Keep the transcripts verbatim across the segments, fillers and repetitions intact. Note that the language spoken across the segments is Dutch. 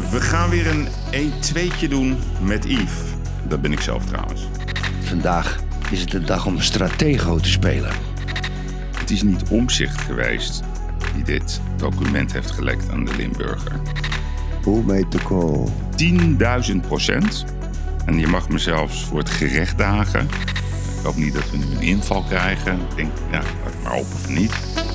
We gaan weer een een-tweetje doen met Yves. Dat ben ik zelf trouwens. Vandaag is het de dag om Stratego te spelen. Het is niet Omtzigt geweest die dit document heeft gelekt aan de Limburger. Who made the call? tienduizend procent. En je mag me zelfs voor het gerecht dagen. Ik hoop niet dat we nu een inval krijgen. Ik denk, ja, laat maar op of niet.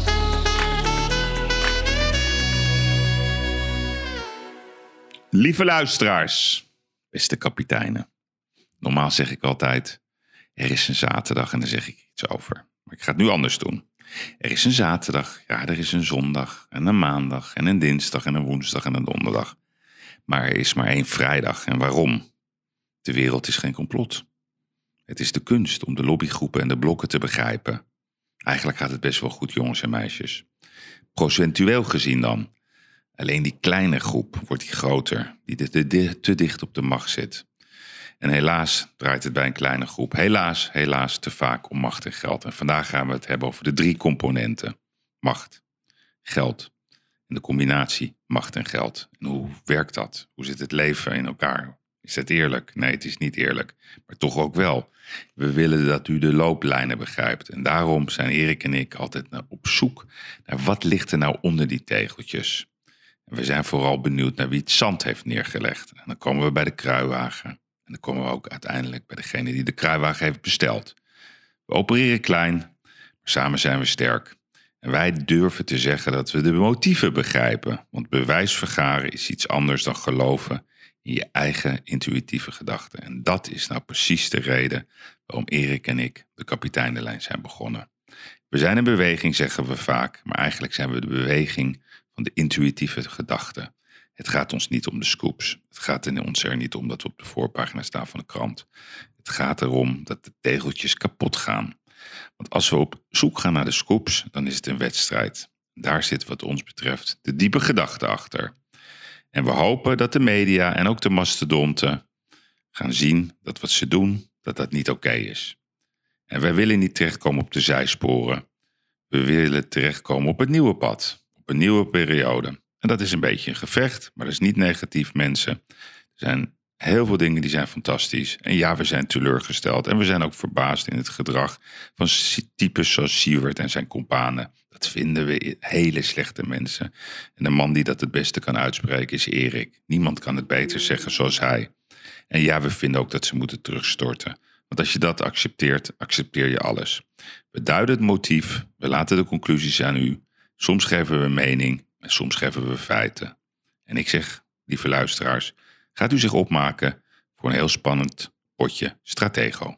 Lieve luisteraars, beste kapiteinen. Normaal zeg ik altijd, er is een zaterdag en dan zeg ik iets over. Maar ik ga het nu anders doen. Er is een zaterdag, ja, er is een zondag en een maandag en een dinsdag en een woensdag en een donderdag. Maar er is maar één vrijdag. En waarom? De wereld is geen complot. Het is de kunst om de lobbygroepen en de blokken te begrijpen. Eigenlijk gaat het best wel goed, jongens en meisjes. Procentueel gezien dan. Alleen die kleine groep wordt die groter, die te, te, te dicht op de macht zit. En helaas draait het bij een kleine groep, helaas, helaas te vaak om macht en geld. En vandaag gaan we het hebben over de drie componenten. Macht, geld en de combinatie macht en geld. En hoe werkt dat? Hoe zit het leven in elkaar? Is dat eerlijk? Nee, het is niet eerlijk. Maar toch ook wel. We willen dat u de looplijnen begrijpt. En daarom zijn Erik en ik altijd op zoek naar wat ligt er nou onder die tegeltjes. En we zijn vooral benieuwd naar wie het zand heeft neergelegd. En dan komen we bij de kruiwagen. En dan komen we ook uiteindelijk bij degene die de kruiwagen heeft besteld. We opereren klein, maar samen zijn we sterk. En wij durven te zeggen dat we de motieven begrijpen. Want bewijs vergaren is iets anders dan geloven in je eigen intuïtieve gedachten. En dat is nou precies de reden waarom Erik en ik de kapiteinenlijn zijn begonnen. We zijn een beweging, zeggen we vaak, maar eigenlijk zijn we de beweging van de intuïtieve gedachten. Het gaat ons niet om de scoops. Het gaat in ons er niet om dat we op de voorpagina staan van de krant. Het gaat erom dat de tegeltjes kapot gaan. Want als we op zoek gaan naar de scoops, dan is het een wedstrijd. Daar zit wat ons betreft de diepe gedachte achter. En we hopen dat de media en ook de mastodonten gaan zien dat wat ze doen, dat dat niet oké is. En wij willen niet terechtkomen op de zijsporen. We willen terechtkomen op het nieuwe pad. Op een nieuwe periode. En dat is een beetje een gevecht, maar dat is niet negatief, mensen. Er zijn heel veel dingen die zijn fantastisch. En ja, we zijn teleurgesteld. En we zijn ook verbaasd in het gedrag van types zoals Siewert en zijn companen. Dat vinden we hele slechte mensen. En de man die dat het beste kan uitspreken is Erik. Niemand kan het beter zeggen zoals hij. En ja, we vinden ook dat ze moeten terugstorten. Want als je dat accepteert, accepteer je alles. We duiden het motief, we laten de conclusies aan u. Soms geven we een mening en soms geven we feiten. En ik zeg, lieve luisteraars, gaat u zich opmaken voor een heel spannend potje Stratego.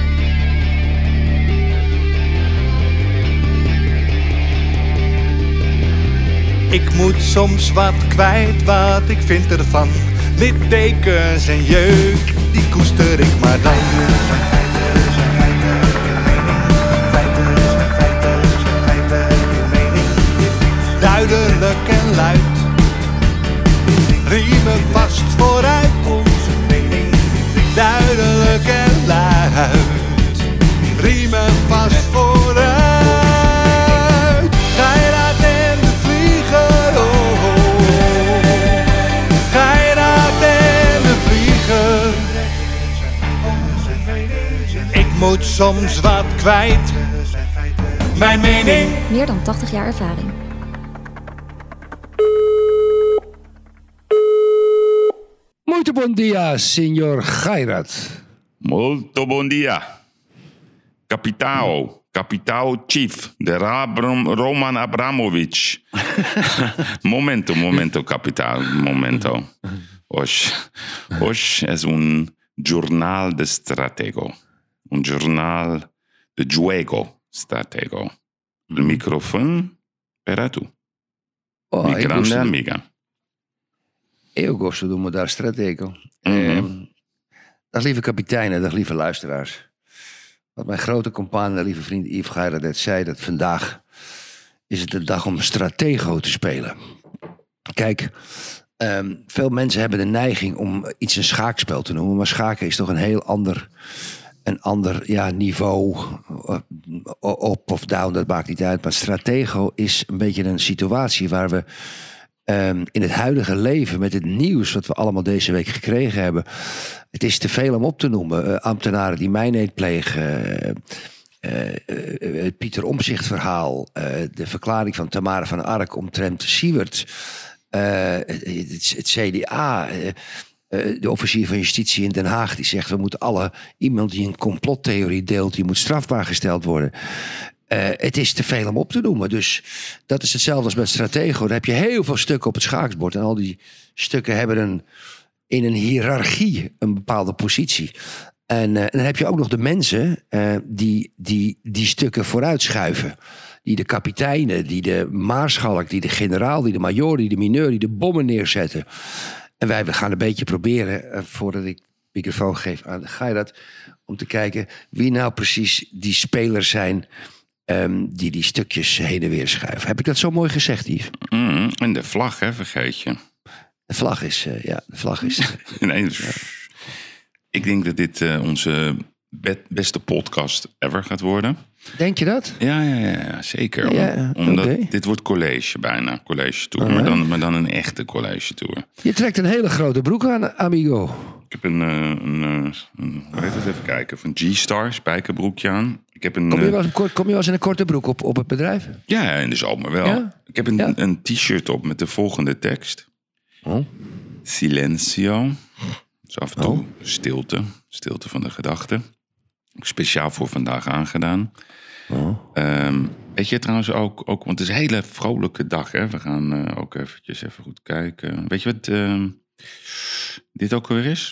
Ik moet soms wat kwijt, wat ik vind ervan. Littekens en jeuk, die koester ik maar dan. Duidelijk en luid, riemen vast vooruit. Onze mening, duidelijk en luid, riemen vast vooruit. Geiraat en de vlieger, oh, oh, oh. Geiraat en de vlieger. Ik moet soms wat kwijt, mijn mening. Meer dan tachtig jaar ervaring. Muito bom dia, signor Gairat. Molto bon dia. Capitao, Capitao Chief, de Rabram, Roman Abramovic. Momento, momento, capitao, momento. Hoy, hoy es un jornal de stratego. Un jornal de juego stratego. El microfono para tu. Oh, Mi ik grande gosto, amiga. eu gosto do mudar Stratego. Mhm. Um, dag lieve kapiteinen, dag lieve luisteraars. Wat mijn grote compaan en lieve vriend Yves Gairat net zei, dat vandaag is het de dag om Stratego te spelen. Kijk, um, veel mensen hebben de neiging om iets een schaakspel te noemen, maar schaken is toch een heel ander, een ander ja, niveau, uh, op of down, dat maakt niet uit. Maar Stratego is een beetje een situatie waar we Um, in het huidige leven, met het nieuws wat we allemaal deze week gekregen hebben. Het is te veel om op te noemen. Uh, ambtenaren die mijneed plegen. Uh, uh, uh, het Pieter Omtzigt verhaal. Uh, de verklaring van Tamara van Ark omtrent Siewert. Uh, het, het C D A... Uh, Uh, de officier van justitie in Den Haag die zegt... we moeten alle, iemand die een complottheorie deelt... die moet strafbaar gesteld worden. Uh, het is te veel om op te noemen. Dus dat is hetzelfde als met Stratego. Dan heb je heel veel stukken op het schaakbord... en al die stukken hebben een, in een hiërarchie een bepaalde positie. En uh, dan heb je ook nog de mensen... Uh, die, die die stukken vooruitschuiven. Die de kapiteinen, die de maarschalk... die de generaal, die de major, die de mineur... die de bommen neerzetten... En wij we gaan een beetje proberen, uh, voordat ik de microfoon geef aan Geirat... om te kijken wie nou precies die spelers zijn... Um, die die stukjes heen en weer schuiven. Heb ik dat zo mooi gezegd, Yves? Mm, en de vlag, hè, vergeet je. De vlag is, uh, ja, de vlag is... nee, dus, ja. Ik denk dat dit uh, onze be- beste podcast ever gaat worden. Denk je dat? Ja, ja, ja zeker. Ja, ja, Omdat okay. Dit wordt college bijna, college tour. Uh-huh. Maar, dan, maar dan een echte college tour. Je trekt een hele grote broek aan, amigo. Ik heb een, een, een, een hoe heet het even kijken, van G-Star, spijkerbroekje aan. Ik heb een, kom, je wel eens, kom je wel eens in een korte broek op, op het bedrijf? Ja, in de zomer wel. Ja? Ik heb een, ja? een t-shirt op met de volgende tekst. Oh. Silencio. Dus af en toe oh. stilte. Stilte van de gedachten. Speciaal voor vandaag aangedaan. Oh. Um, weet je trouwens ook, ook, want het is een hele vrolijke dag. Hè? We gaan uh, ook eventjes even goed kijken. Weet je wat uh, dit ook weer is?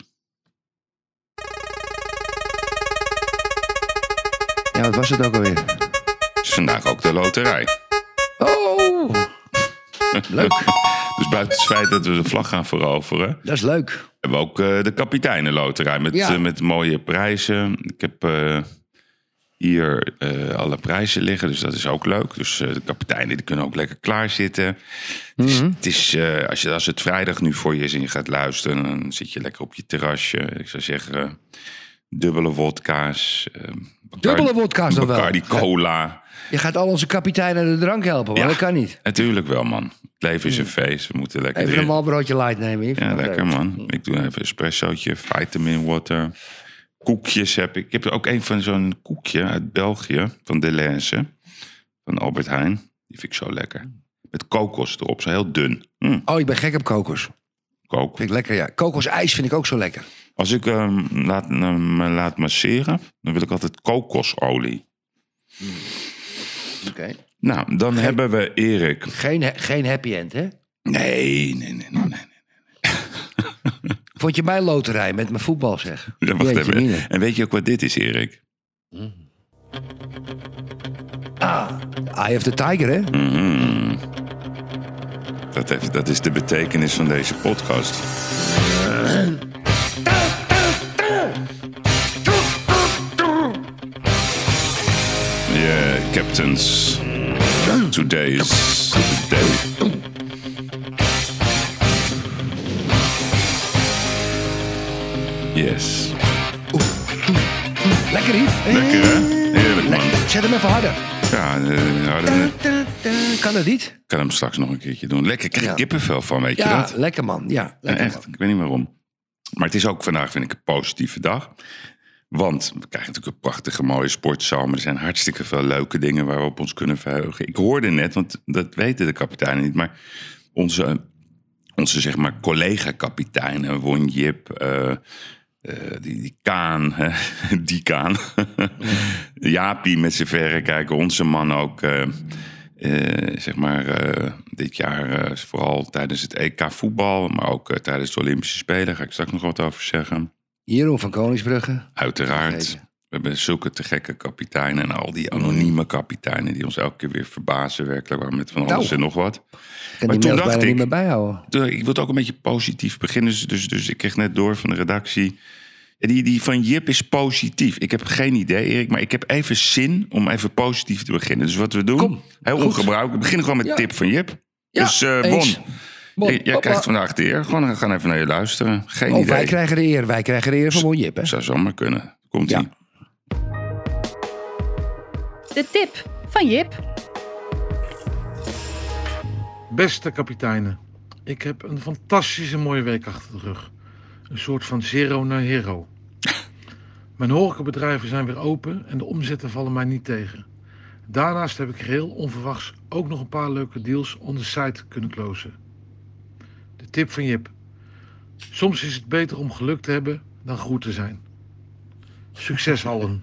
Ja, wat was het ook alweer? Het is vandaag ook de loterij. Oh, leuk. Dus buiten het feit dat we de vlag gaan veroveren... Dat is leuk. Hebben we ook uh, de kapiteinenloterij met, ja. uh, met mooie prijzen. Ik heb uh, hier uh, alle prijzen liggen, dus dat is ook leuk. Dus uh, de kapiteinen die kunnen ook lekker klaarzitten. Mm-hmm. Dus het is, uh, als, je, als het vrijdag nu voor je is en je gaat luisteren... dan zit je lekker op je terrasje. Ik zou zeggen, uh, dubbele wodka's. Uh, Bacardi, dubbele wodka's dan wel? Bacardi cola. Je gaat al onze kapiteinen de drank helpen, maar ja, dat kan niet. Natuurlijk wel, man. Het leven is een feest. We moeten lekker... Even een malbroodje light nemen. Even. Ja, lekker, man. Ik doe even een espressootje, vitamin water. Koekjes heb ik. Ik heb er ook een van zo'n koekje uit België, van Deleuze, van Albert Heijn. Die vind ik zo lekker. Met kokos erop, zo heel dun. Mm. Oh, ik ben gek op kokos. Kokos. Vind ik lekker, ja. Kokosijs vind ik ook zo lekker. Als ik um, laat, uh, me laat masseren, dan wil ik altijd kokosolie. Mm. Oké. Okay. Nou, dan geen, hebben we Erik. Geen, geen happy end, hè? Nee, nee, nee, nee, nee. Vond je mijn loterij met mijn voetbal, zeg? Ja, wacht even. Mine. En weet je ook wat dit is, Erik? Mm. Ah, Eye of the Tiger, hè? Mm-hmm. Dat, heeft, dat is de betekenis van deze podcast. Uh. Yeah, captains. Today's the day. Yes. Lekker, Yves. Lekker, hè? Heerlijk, man. Lekker. Zet hem even harder. Ja, uh, harder. Kan het niet? Ik kan hem straks nog een keertje doen. Lekker, krijg ik ja. kippenvel van, weet ja, je dat? Ja, lekker, man. Ja, lekker, ja, echt. Man. Ik weet niet waarom. Maar het is ook vandaag, vind ik, een positieve dag. Want we krijgen natuurlijk een prachtige mooie sportzaal. Maar er zijn hartstikke veel leuke dingen waar we op ons kunnen verheugen. Ik hoorde net, want dat weten de kapiteinen niet. Maar onze, onze zeg maar, collega-kapiteinen, Won Jip, uh, uh, die, die Kaan, hè? die Kaan. Jaapie met zijn verrekijker, onze man ook. Uh, uh, zeg maar uh, dit jaar uh, vooral tijdens het E K voetbal. Maar ook uh, tijdens de Olympische Spelen. Daar ga ik straks nog wat over zeggen. Jeroen van Koningsbrugge. Uiteraard. We hebben zulke te gekke kapiteinen. En al die anonieme kapiteinen die ons elke keer weer verbazen. Werkelijk waar met van alles nou, en nog wat. Ik kan maar die toen dacht bijna ik, niet meer bijhouden. Toen, ik wil het ook een beetje positief beginnen. Dus, dus, dus ik kreeg net door van de redactie. Die, die van Jip is positief. Ik heb geen idee, Erik. Maar ik heb even zin om even positief te beginnen. Dus wat we doen, Kom, heel goed. ongebruikelijk. We beginnen gewoon met ja. tip van Jip. Ja, dus uh, Won. Bon, jij jij krijgt vandaag de eer. Gewoon, we gaan even naar je luisteren. Geen oh, idee. Wij krijgen de eer. Wij krijgen de eer van Won Jip, hè? Zou zomaar kunnen. Komt-ie. Ja. De tip van Jip. Beste kapiteinen. Ik heb een fantastische mooie week achter de rug. Een soort van zero naar hero. Mijn horecabedrijven zijn weer open en de omzetten vallen mij niet tegen. Daarnaast heb ik geheel onverwachts ook nog een paar leuke deals on the site kunnen closen. De tip van Jip. Soms is het beter om geluk te hebben dan goed te zijn. Succes allen.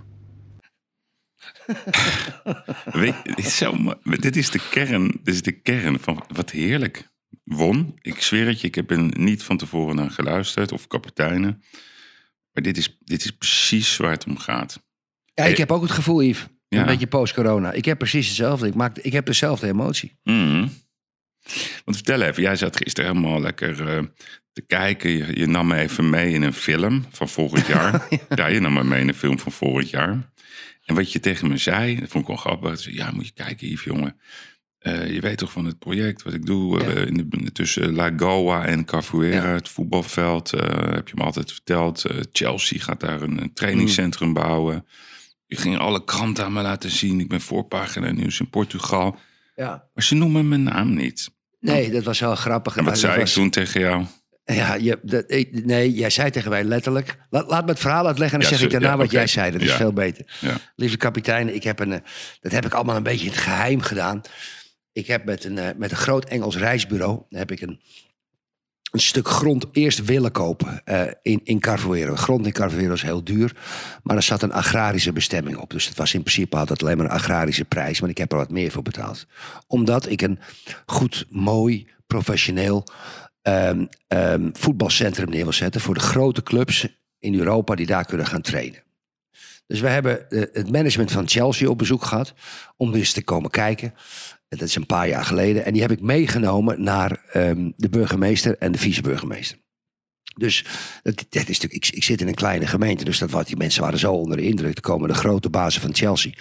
Weet, dit, is zo, mo- dit, is de kern, dit is de kern van wat heerlijk. Won, ik zweer het je, ik heb er niet van tevoren naar geluisterd of kapiteinen. Maar dit is, dit is precies waar het om gaat. Ja, ik heb ook het gevoel, Yves. Ja. Een beetje post-corona. Ik heb precies hetzelfde. Ik, maak, ik heb dezelfde emotie. Mhm. Want vertel even, jij zat gisteren helemaal lekker eh, te kijken. Je, je nam me even mee in een film van vorig jaar. ja. ja, je nam me mee in een film van vorig jaar. En wat je tegen me zei, dat vond ik wel grappig. Zei, ja, moet je kijken, Yves, jongen. Uh, je weet toch van het project wat ik doe ja. uh, in de, tussen Lagoa en Capoeira, ja. het voetbalveld. Uh, heb je me altijd verteld. Uh, Chelsea gaat daar een, een trainingscentrum mm. bouwen. Je ging alle kranten aan me laten zien. Ik ben voorpagina nieuws in Portugal. Ja. Maar ze noemen mijn naam niet. Nee, dat was wel grappig. En wat zei was... ik toen tegen jou? Ja, je, dat, nee, jij zei tegen mij letterlijk... Laat, laat me het verhaal uitleggen en dan ja, zeg ik daarna ja, wat okay. jij zei. Dat is ja. veel beter. Ja. Lieve kapitein, ik heb een, dat heb ik allemaal een beetje in het geheim gedaan. Ik heb met een, met een groot Engels reisbureau... heb ik een, een stuk grond eerst willen kopen uh, in, in Carvoeiro. Grond in Carvoeiro is heel duur, maar er zat een agrarische bestemming op. Dus het was in principe altijd alleen maar een agrarische prijs... maar ik heb er wat meer voor betaald. Omdat ik een goed, mooi, professioneel... Um, um, voetbalcentrum neer wil zetten voor de grote clubs in Europa die daar kunnen gaan trainen. Dus we hebben uh, het management van Chelsea op bezoek gehad om eens te komen kijken. Dat is een paar jaar geleden. En die heb ik meegenomen naar um, de burgemeester en de viceburgemeester. Dus dat, dat is natuurlijk, ik, ik zit in een kleine gemeente, dus dat wat die mensen waren zo onder de indruk. Er komen de grote bazen van Chelsea.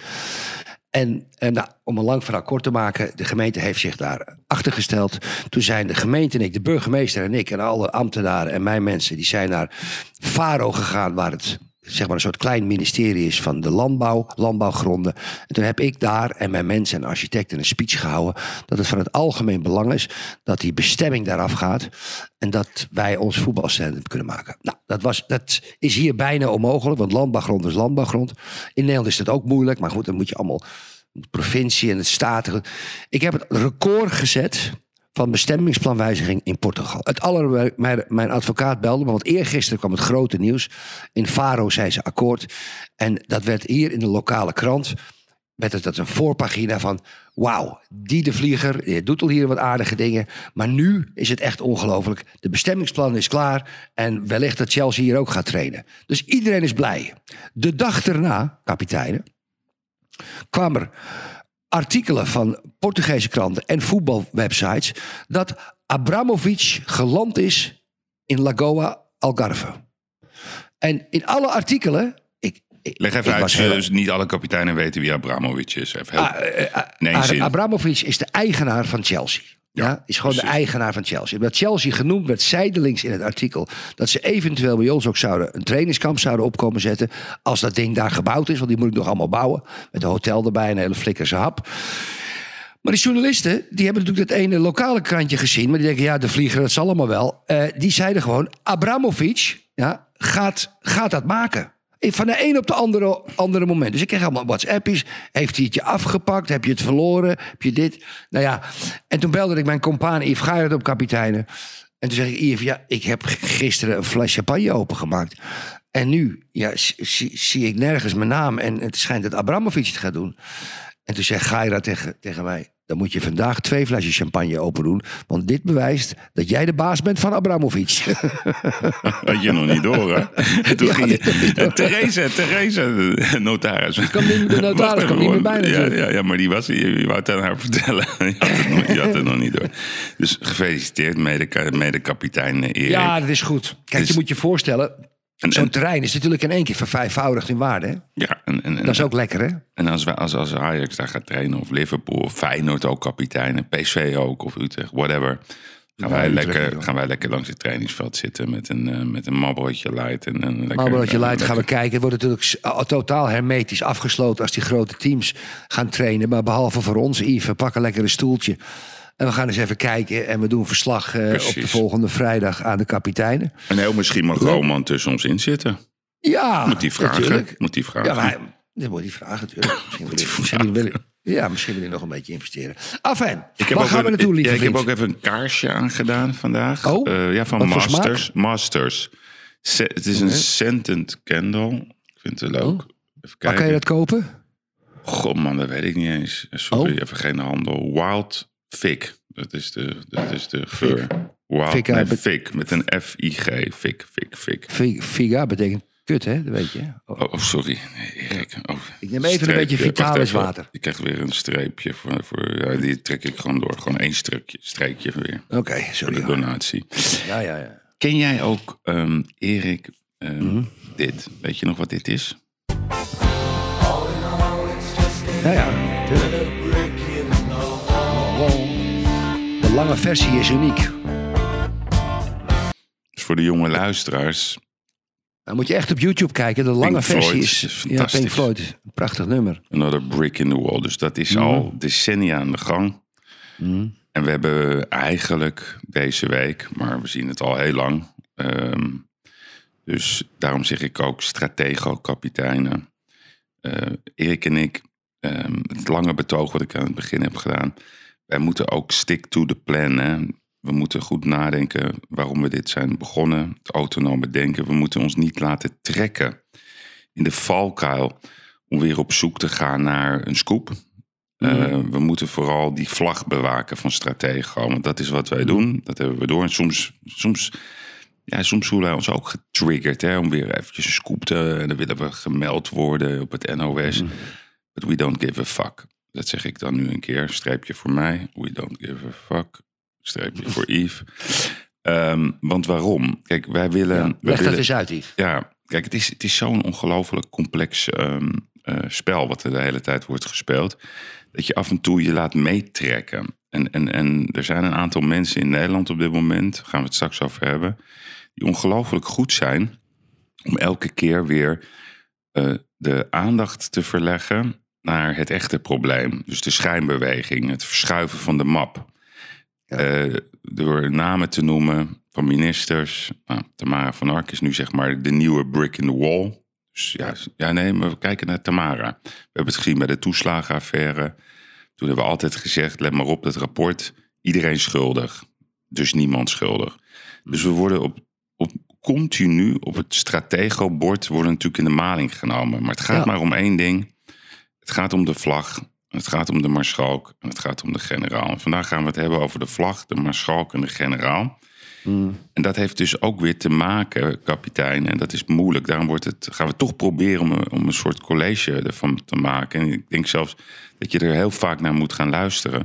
En, en nou, om een lang verhaal kort te maken, de gemeente heeft zich daar achter gesteld. Toen zijn de gemeente en ik, de burgemeester en ik en alle ambtenaren en mijn mensen, die zijn naar Faro gegaan, waar het zeg maar een soort klein ministerie is van de landbouw, landbouwgronden. En toen heb ik daar en mijn mensen en architecten een speech gehouden dat het van het algemeen belang is dat die bestemming daaraf gaat en dat wij ons voetbalcentrum kunnen maken. Nou, dat, was, dat is hier bijna onmogelijk, want landbouwgrond is landbouwgrond. In Nederland is dat ook moeilijk, maar goed, dan moet je allemaal de provincie en het staten. Ik heb het record gezet van bestemmingsplanwijziging in Portugal. Het aller, mijn, mijn advocaat belde me, want eergisteren kwam het grote nieuws. In Faro zei ze akkoord. En dat werd hier in de lokale krant, werd het dat een voorpagina van, wauw, die de vlieger, die doet al hier wat aardige dingen. Maar nu is het echt ongelooflijk. De bestemmingsplan is klaar en wellicht dat Chelsea hier ook gaat trainen. Dus iedereen is blij. De dag erna, kapiteinen, kwam er artikelen van Portugese kranten en voetbalwebsites dat Abramovic geland is in Lagoa Algarve. En in alle artikelen... Ik, ik, Leg even uit, heel... dus niet alle kapiteinen weten wie Abramovic is. Even heel... ah, uh, uh, nee, uh, Abramovic is de eigenaar van Chelsea. Ja, ja, is gewoon precies de eigenaar van Chelsea. Dat Chelsea genoemd werd zijdelings in het artikel dat ze eventueel bij ons ook zouden een trainingskamp zouden opkomen zetten als dat ding daar gebouwd is, want die moet ik nog allemaal bouwen met een hotel erbij en een hele flikkerse hap. Maar die journalisten, die hebben natuurlijk dat ene lokale krantje gezien, maar die denken, ja, de vlieger, dat zal allemaal wel. Uh, die zeiden gewoon, Abramovic ja, gaat, gaat dat maken. Van de een op de andere, andere moment. Dus ik kreeg allemaal WhatsAppjes. Heeft hij het je afgepakt? Heb je het verloren? Heb je dit? Nou ja. En toen belde ik mijn compaan Yves Geirat op, kapiteinen. En toen zeg ik, Yves, ja, ik heb gisteren een fles champagne opengemaakt. En nu ja, zie, zie ik nergens mijn naam. En het schijnt dat Abramovic het gaat doen. En toen zei Geirat tegen, tegen mij, dan moet je vandaag twee flesjes champagne open doen. Want dit bewijst dat jij de baas bent van Abramovic. Had je nog niet door, hè? En toen ja, ging je... Therese, Therese, de notaris. Ik kwam niet, de notaris kwam niet meer bij natuurlijk. Ja, ja, ja, maar die was, je, je wou het aan haar vertellen. Je had het nog, je had het nog niet door. Dus gefeliciteerd, mede, mede kapitein Erik. Ja, dat is goed. Kijk, dus, je moet je voorstellen, en, zo'n en, terrein is natuurlijk in één keer vervijfvoudigd in waarde. Hè? Ja, en, en, dat is ook lekker, hè? En als, we, als, als Ajax daar gaat trainen, of Liverpool, of Feyenoord ook kapitein, P S V ook, of Utrecht, whatever. Gaan, ja, wij, Utrecht, lekker, ja. gaan wij lekker langs het trainingsveld zitten met een, uh, met een Marlborootje Light. En een lekker, Marlborootje uh, Light lekker... gaan we kijken. Het wordt natuurlijk totaal hermetisch afgesloten als die grote teams gaan trainen. Maar behalve voor ons, Yves, pak een lekker een stoeltje. En we gaan eens even kijken en we doen verslag uh, op de volgende vrijdag aan de kapiteinen. En heel misschien mag Roman tussen ons in zitten. Ja, Moet die vragen. natuurlijk. Moet die vragen. Ja, maar dat moet hij vragen natuurlijk. Misschien wil hij, misschien wil hij, ja, misschien wil hij nog een beetje investeren. Afijn, waar gaan we naartoe, lieve ja, Ik heb vriend? ook even een kaarsje aangedaan vandaag. Oh, uh, ja, van wat voor Masters. smaak? Masters. Se- het is een Oké. scented candle. Ik vind het leuk. Oh. Even Waar kijken. kan je dat kopen? God man, dat weet ik niet eens. Sorry, Oh. even geen handel. Wild Fig. Dat is de, dat is de geur. Wild Fig, nee, hij bet- Fig met een F I G. Fig, Fig, Fig. Fi- Figa betekent kut, hè? Dat weet je. Oh. Oh, oh, sorry. Nee, Erik. Oh, Ik neem even een streepje. beetje Wacht Vitalis even. water. Ik krijg weer een streepje. Voor, voor, ja, die trek ik gewoon door. Gewoon één streepje, streepje weer. Oké, okay, Voor sorry. de hoor. donatie. Ja, ja, ja. Ken jij ook, um, Erik, um, Mhm. dit? Weet je nog wat dit is? Ja, ja, tuurlijk. De lange versie is uniek. Dus voor de jonge luisteraars. Dan moet je echt op YouTube kijken. De lange Pink versie Floyd is... is ja, fantastisch. Pink Floyd is een prachtig nummer. Another brick in the wall. Dus dat is Mhm. al decennia aan de gang. Mhm. En we hebben eigenlijk deze week, maar we zien het al heel lang. Um, dus daarom zeg ik ook stratego-kapiteinen. Uh, Erik en ik, um, het lange betoog wat ik aan het begin heb gedaan. Wij moeten ook stick to the plan. Hè? We moeten goed nadenken waarom we dit zijn begonnen. Het autonome denken. We moeten ons niet laten trekken in de valkuil om weer op zoek te gaan naar een scoop. Uh, we moeten vooral die vlag bewaken van Stratego. Want dat is wat wij doen. Dat hebben we door. En soms, soms, ja, soms voelen wij ons ook getriggerd. Hè, om weer eventjes een scoop te... En dan willen we gemeld worden op het N O S. Mm. But we don't give a fuck. Dat zeg ik dan nu een keer. Streepje voor mij. We don't give a fuck. Streepje voor Yves. Um, want waarom? Kijk, wij willen... Ja, wij leg willen, dat eens uit, Yves. Ja, kijk, het is, het is zo'n ongelooflijk complex um, uh, spel... wat er de hele tijd wordt gespeeld... dat je af en toe je laat meetrekken. En, en, en er zijn een aantal mensen in Nederland op dit moment... daar gaan we het straks over hebben... die ongelooflijk goed zijn... om elke keer weer uh, de aandacht te verleggen... naar het echte probleem. Dus de schijnbeweging, het verschuiven van de map... Ja. Uh, door namen te noemen van ministers. Nou, Tamara van Ark is nu zeg maar de nieuwe brick in the wall. Dus ja, ja, nee, maar we kijken naar Tamara. We hebben het gezien bij de toeslagenaffaire. Toen hebben we altijd gezegd, let maar op dat rapport. Iedereen schuldig, dus niemand schuldig. Dus we worden op, op continu op het stratego-bord worden natuurlijk in de maling genomen. Maar het gaat ja. maar om één ding. Het gaat om de vlag. Het gaat om de maarschalk en het gaat om de generaal. En vandaag gaan we het hebben over de vlag, de maarschalk en de generaal. Mm. En dat heeft dus ook weer te maken, kapitein, en dat is moeilijk. Daarom wordt het, gaan we toch proberen om een, om een soort college ervan te maken. En ik denk zelfs dat je er heel vaak naar moet gaan luisteren.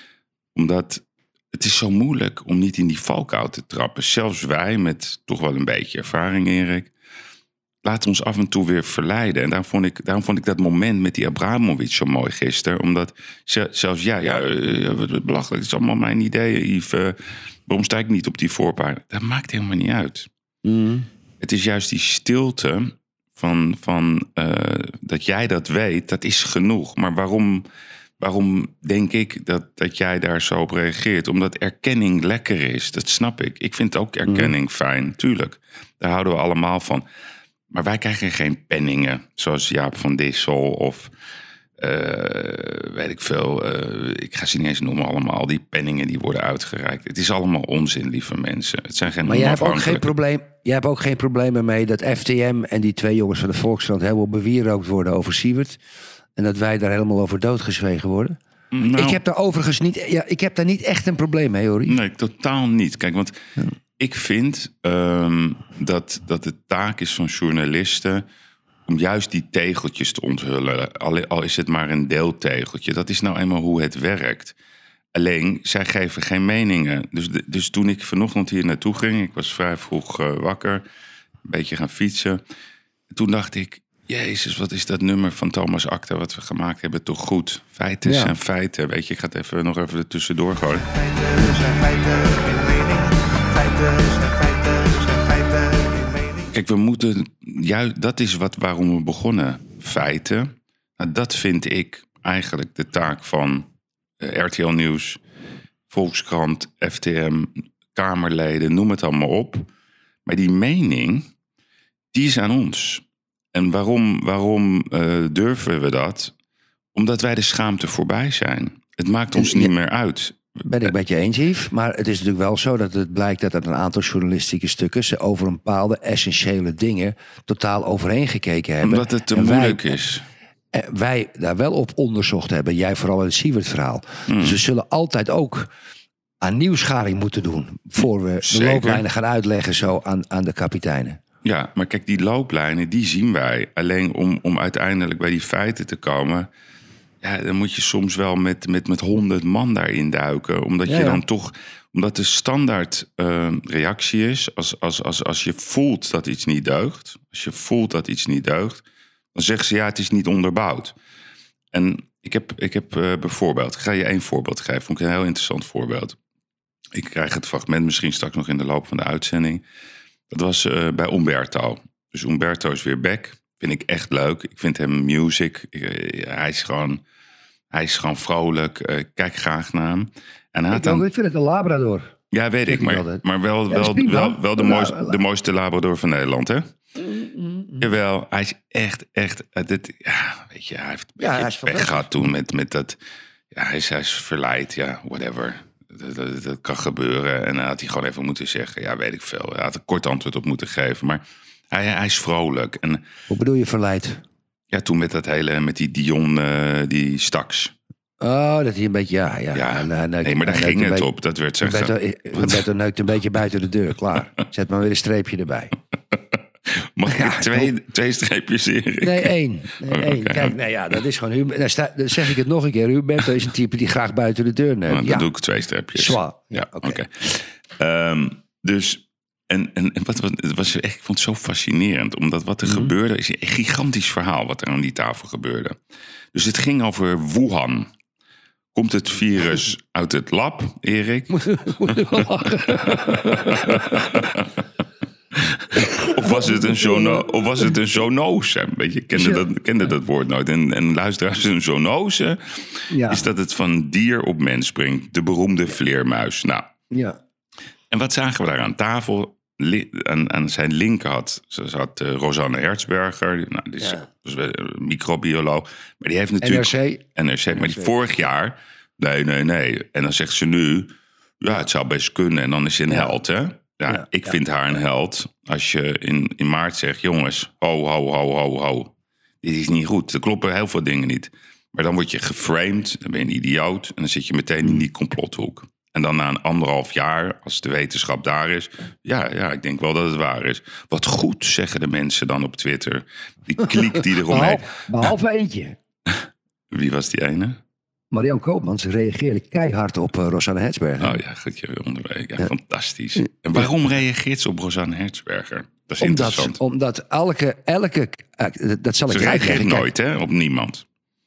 Omdat het is zo moeilijk om niet in die valkuil te trappen. Zelfs wij met toch wel een beetje ervaring, Erik. Laat ons af en toe weer verleiden. En daarom vond ik, daarom vond ik dat moment met die Abramovic zo mooi gisteren. Omdat zelfs ja, ja, wat belachelijk. Het is allemaal mijn ideeën, Yves. Uh, waarom sta ik niet op die voorpagina? Dat maakt helemaal niet uit. Mm. Het is juist die stilte van, van uh, dat jij dat weet, dat is genoeg. Maar waarom, waarom denk ik dat, dat jij daar zo op reageert? Omdat erkenning lekker is, dat snap ik. Ik vind ook erkenning mm. fijn, tuurlijk. Daar houden we allemaal van. Maar wij krijgen geen penningen, zoals Jaap van Dissel of uh, weet ik veel. Uh, ik ga ze niet eens noemen allemaal. Die penningen die worden uitgereikt. Het is allemaal onzin, lieve mensen. Het zijn geen maar jij hebt, ook geen probleem, jij hebt ook geen problemen mee dat F T M en die twee jongens van de Volkskrant helemaal bewierookt worden over Siewert. En dat wij daar helemaal over doodgezwegen worden. Nou, ik heb daar overigens niet, ja, ik heb daar niet echt een probleem mee, hoor. Nee, totaal niet. Kijk, want... Ja. Ik vind um, dat, dat de taak is van journalisten om juist die tegeltjes te onthullen. Al, al is het maar een deeltegeltje. Dat is nou eenmaal hoe het werkt. Alleen, zij geven geen meningen. Dus, de, dus toen ik vanochtend hier naartoe ging, ik was vrij vroeg uh, wakker, een beetje gaan fietsen. Toen dacht ik, Jezus, wat is dat nummer van Thomas Akta wat we gemaakt hebben toch goed? Feiten ja. zijn feiten. Weet je, ik ga het even, nog even er tussendoor gooien. Feiten zijn feiten, geen mening. Feiten zijn feiten, zijn feiten, geen mening. Kijk, we moeten, juist, dat is wat, waarom we begonnen. Feiten. Nou, dat vind ik eigenlijk de taak van uh, R T L Nieuws, Volkskrant, F T M, Kamerleden, noem het allemaal op. Maar die mening, die is aan ons. En waarom, waarom uh, durven we dat? Omdat wij de schaamte voorbij zijn. Het maakt ons niet meer uit. Ben ik met je eens, Yves. Maar het is natuurlijk wel zo dat het blijkt dat er een aantal journalistieke stukken ze over een bepaalde essentiële dingen totaal overheen gekeken hebben. Omdat het te En wij- moeilijk is. eh, wij daar wel op onderzocht hebben. Jij vooral in het Siewert-verhaal. Hmm. Dus we zullen altijd ook aan nieuwsgaring moeten doen voor we Zeker. de looplijnen gaan uitleggen zo aan, aan de kapiteinen. Ja, maar kijk, die looplijnen, die zien wij. Alleen om, om uiteindelijk bij die feiten te komen... Ja, dan moet je soms wel met, met, met honderd man daarin duiken. Omdat Ja, je ja. dan toch... Omdat de standaard uh, reactie is... Als, als, als, als je voelt dat iets niet deugt... Als je voelt dat iets niet deugt... Dan zeggen ze, ja, het is niet onderbouwd. En ik heb, ik heb uh, bijvoorbeeld... Ik ga je één voorbeeld geven. Vond ik een heel interessant voorbeeld. Ik krijg het fragment misschien straks nog in de loop van de uitzending... Dat was uh, bij Umberto. Dus Umberto is weer back. Vind ik echt leuk. Ik vind hem music. Uh, hij, is gewoon, hij is gewoon vrolijk. Uh, kijk graag naar hem. En hij had dan, ik vind het een Labrador. ja, weet ik. ik Maar, altijd. maar wel, Ja, dat is wel, prima. wel, wel de, La- mooiste, la- de mooiste Labrador van Nederland, hè? Jawel, hij is echt, echt... Uh, dit, ja, weet je, hij heeft een Ja, beetje hij is pech fantastisch. gehad toen met, met dat... Ja, hij is, hij is verleid, ja, whatever. Dat, dat, dat kan gebeuren. En dan had hij gewoon even moeten zeggen... Ja, weet ik veel. Hij had een kort antwoord op moeten geven. Maar hij, hij is vrolijk. En Hoe bedoel je verleid? ja, toen met dat hele... Met die Dion, uh, die Staks. Oh, dat hij een beetje, ja. ja. Ja, En, uh, neukt- nee, maar daar hij ging neukt het een op. Dat werd beetje- zeggen... Roberto, Roberto neukt een beetje buiten de deur, klaar. Zet maar weer een streepje erbij. Mag ik Ja, twee, twee streepjes Erik? Nee, één. Nee, Oh, één. oké. Kijk, nou ja, dat is gewoon... Hub- Dan, sta, dan zeg ik het nog een keer. Roberto is een type die graag buiten de deur neukt. Nou, dan Ja, doe ik twee streepjes. zwaar. Ja, Ja, oké. oké. Ehm, dus, en, en, en wat, wat, het was echt, ik vond het zo fascinerend. Omdat wat er Mhm. gebeurde, is een gigantisch verhaal wat er aan die tafel gebeurde. Dus het ging over Wuhan. Komt het virus uit het lab, Erik? Moet je wel lachen. Of was het een, zono, of was het een zoonose? Weet je, ik kende, dat, kende dat woord nooit. En, en luisteraars, een zoonose Ja, is dat het van dier op mens springt. De beroemde vleermuis. Nou, ja. en wat zagen we daar aan tafel? Li- aan, aan zijn linker had, ze had uh, Rosanne Hertzberger. Nou, die is, Ja. dus, uh, microbioloog. Maar die heeft natuurlijk... N R C. N R C. Maar die vorig jaar... Nee, nee, nee. En dan zegt ze nu... Ja, het zou best kunnen. En dan is ze een Ja. held, hè? Ja, Ja, ik ja, vind haar een held. Als je in, in maart zegt... Jongens, ho, ho, ho, ho, ho. Dit is niet goed. Er kloppen heel veel dingen niet. Maar dan word je geframed. Dan ben je een idioot. En dan zit je meteen in die complothoek. En dan na een anderhalf jaar, als de wetenschap daar is... Ja, ja, ik denk wel dat het waar is. Wat goed, zeggen de mensen dan op Twitter. Die kliek die eromheen... Behalve, behalve eentje. Wie was die ene? Marian Koopmans reageerde keihard op uh, Rosanne Hertzberger. Oh ja, goed, je weer onderweg. Ja, fantastisch. En waarom reageert ze op Rosanne Hertzberger? Dat is Omdat, interessant. omdat elke, elke uh, dat zal Ze ik je reageert uitleggen. nooit, hè? Op niemand.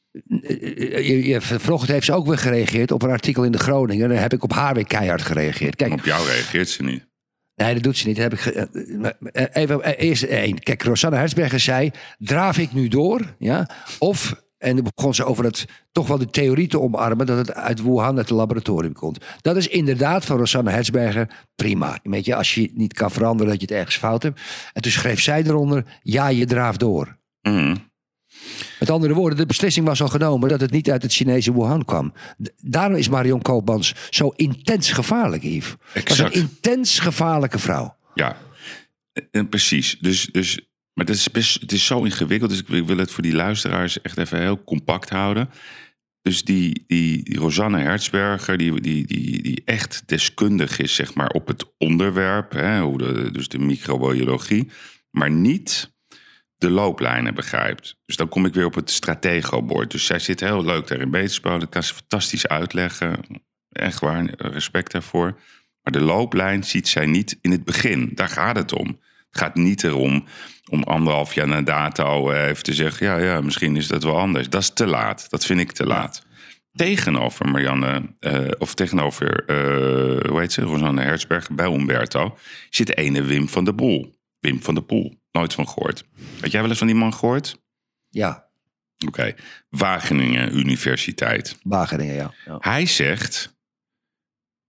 Je, je, vanochtend heeft ze ook weer gereageerd op een artikel in de Groningen. Daar heb ik op haar weer keihard gereageerd. Kijk, Op jou reageert ze niet. nee, dat doet ze niet. Dat heb ik ge- eh, even eh, eerst één. Kijk, Rosanne Hertzberger zei: draaf ik nu door? Ja? Of, en dan begon ze over het, toch wel de theorie te omarmen dat het uit Wuhan, uit het laboratorium komt. Dat is inderdaad van Rosanne Hertzberger prima. Weet je, als je niet kan veranderen dat je het ergens fout hebt. En toen schreef zij eronder: ja, je draaft door. Mhm. Met andere woorden, de beslissing was al genomen dat het niet uit het Chinese Wuhan kwam. D- daarom is Marion Koopmans zo intens gevaarlijk, Yves. Dat is Exact. een intens gevaarlijke vrouw. Ja, en precies. Dus, dus, maar het is, best, het is zo ingewikkeld. Dus ik wil- ik wil het voor die luisteraars echt even heel compact houden. Dus die, die, die Rosanne Hertzberger, die, die, die, die echt deskundig is zeg maar, op het onderwerp. Hè, hoe de, dus de microbiologie. Maar niet de looplijnen begrijpt. Dus dan kom ik weer op het stratego-bord. Dus zij zit heel leuk daarin bezig te spelen. Dat kan ze fantastisch uitleggen. Echt waar, respect daarvoor. Maar de looplijn ziet zij niet in het begin. Daar gaat het om. Het gaat niet erom om anderhalf jaar na dato eh, even te zeggen... ja, ja, misschien is dat wel anders. Dat is te laat. Dat vind ik te laat. Tegenover Marianne, uh, of tegenover, uh, hoe heet ze, Rosanne Hertzberger bij Umberto... zit de ene Wim van der Poel. Wim van der Poel, nooit van gehoord. Had jij wel eens van die man gehoord? Ja, Oké, okay. Wageningen Universiteit. Wageningen, ja. ja. Hij zegt,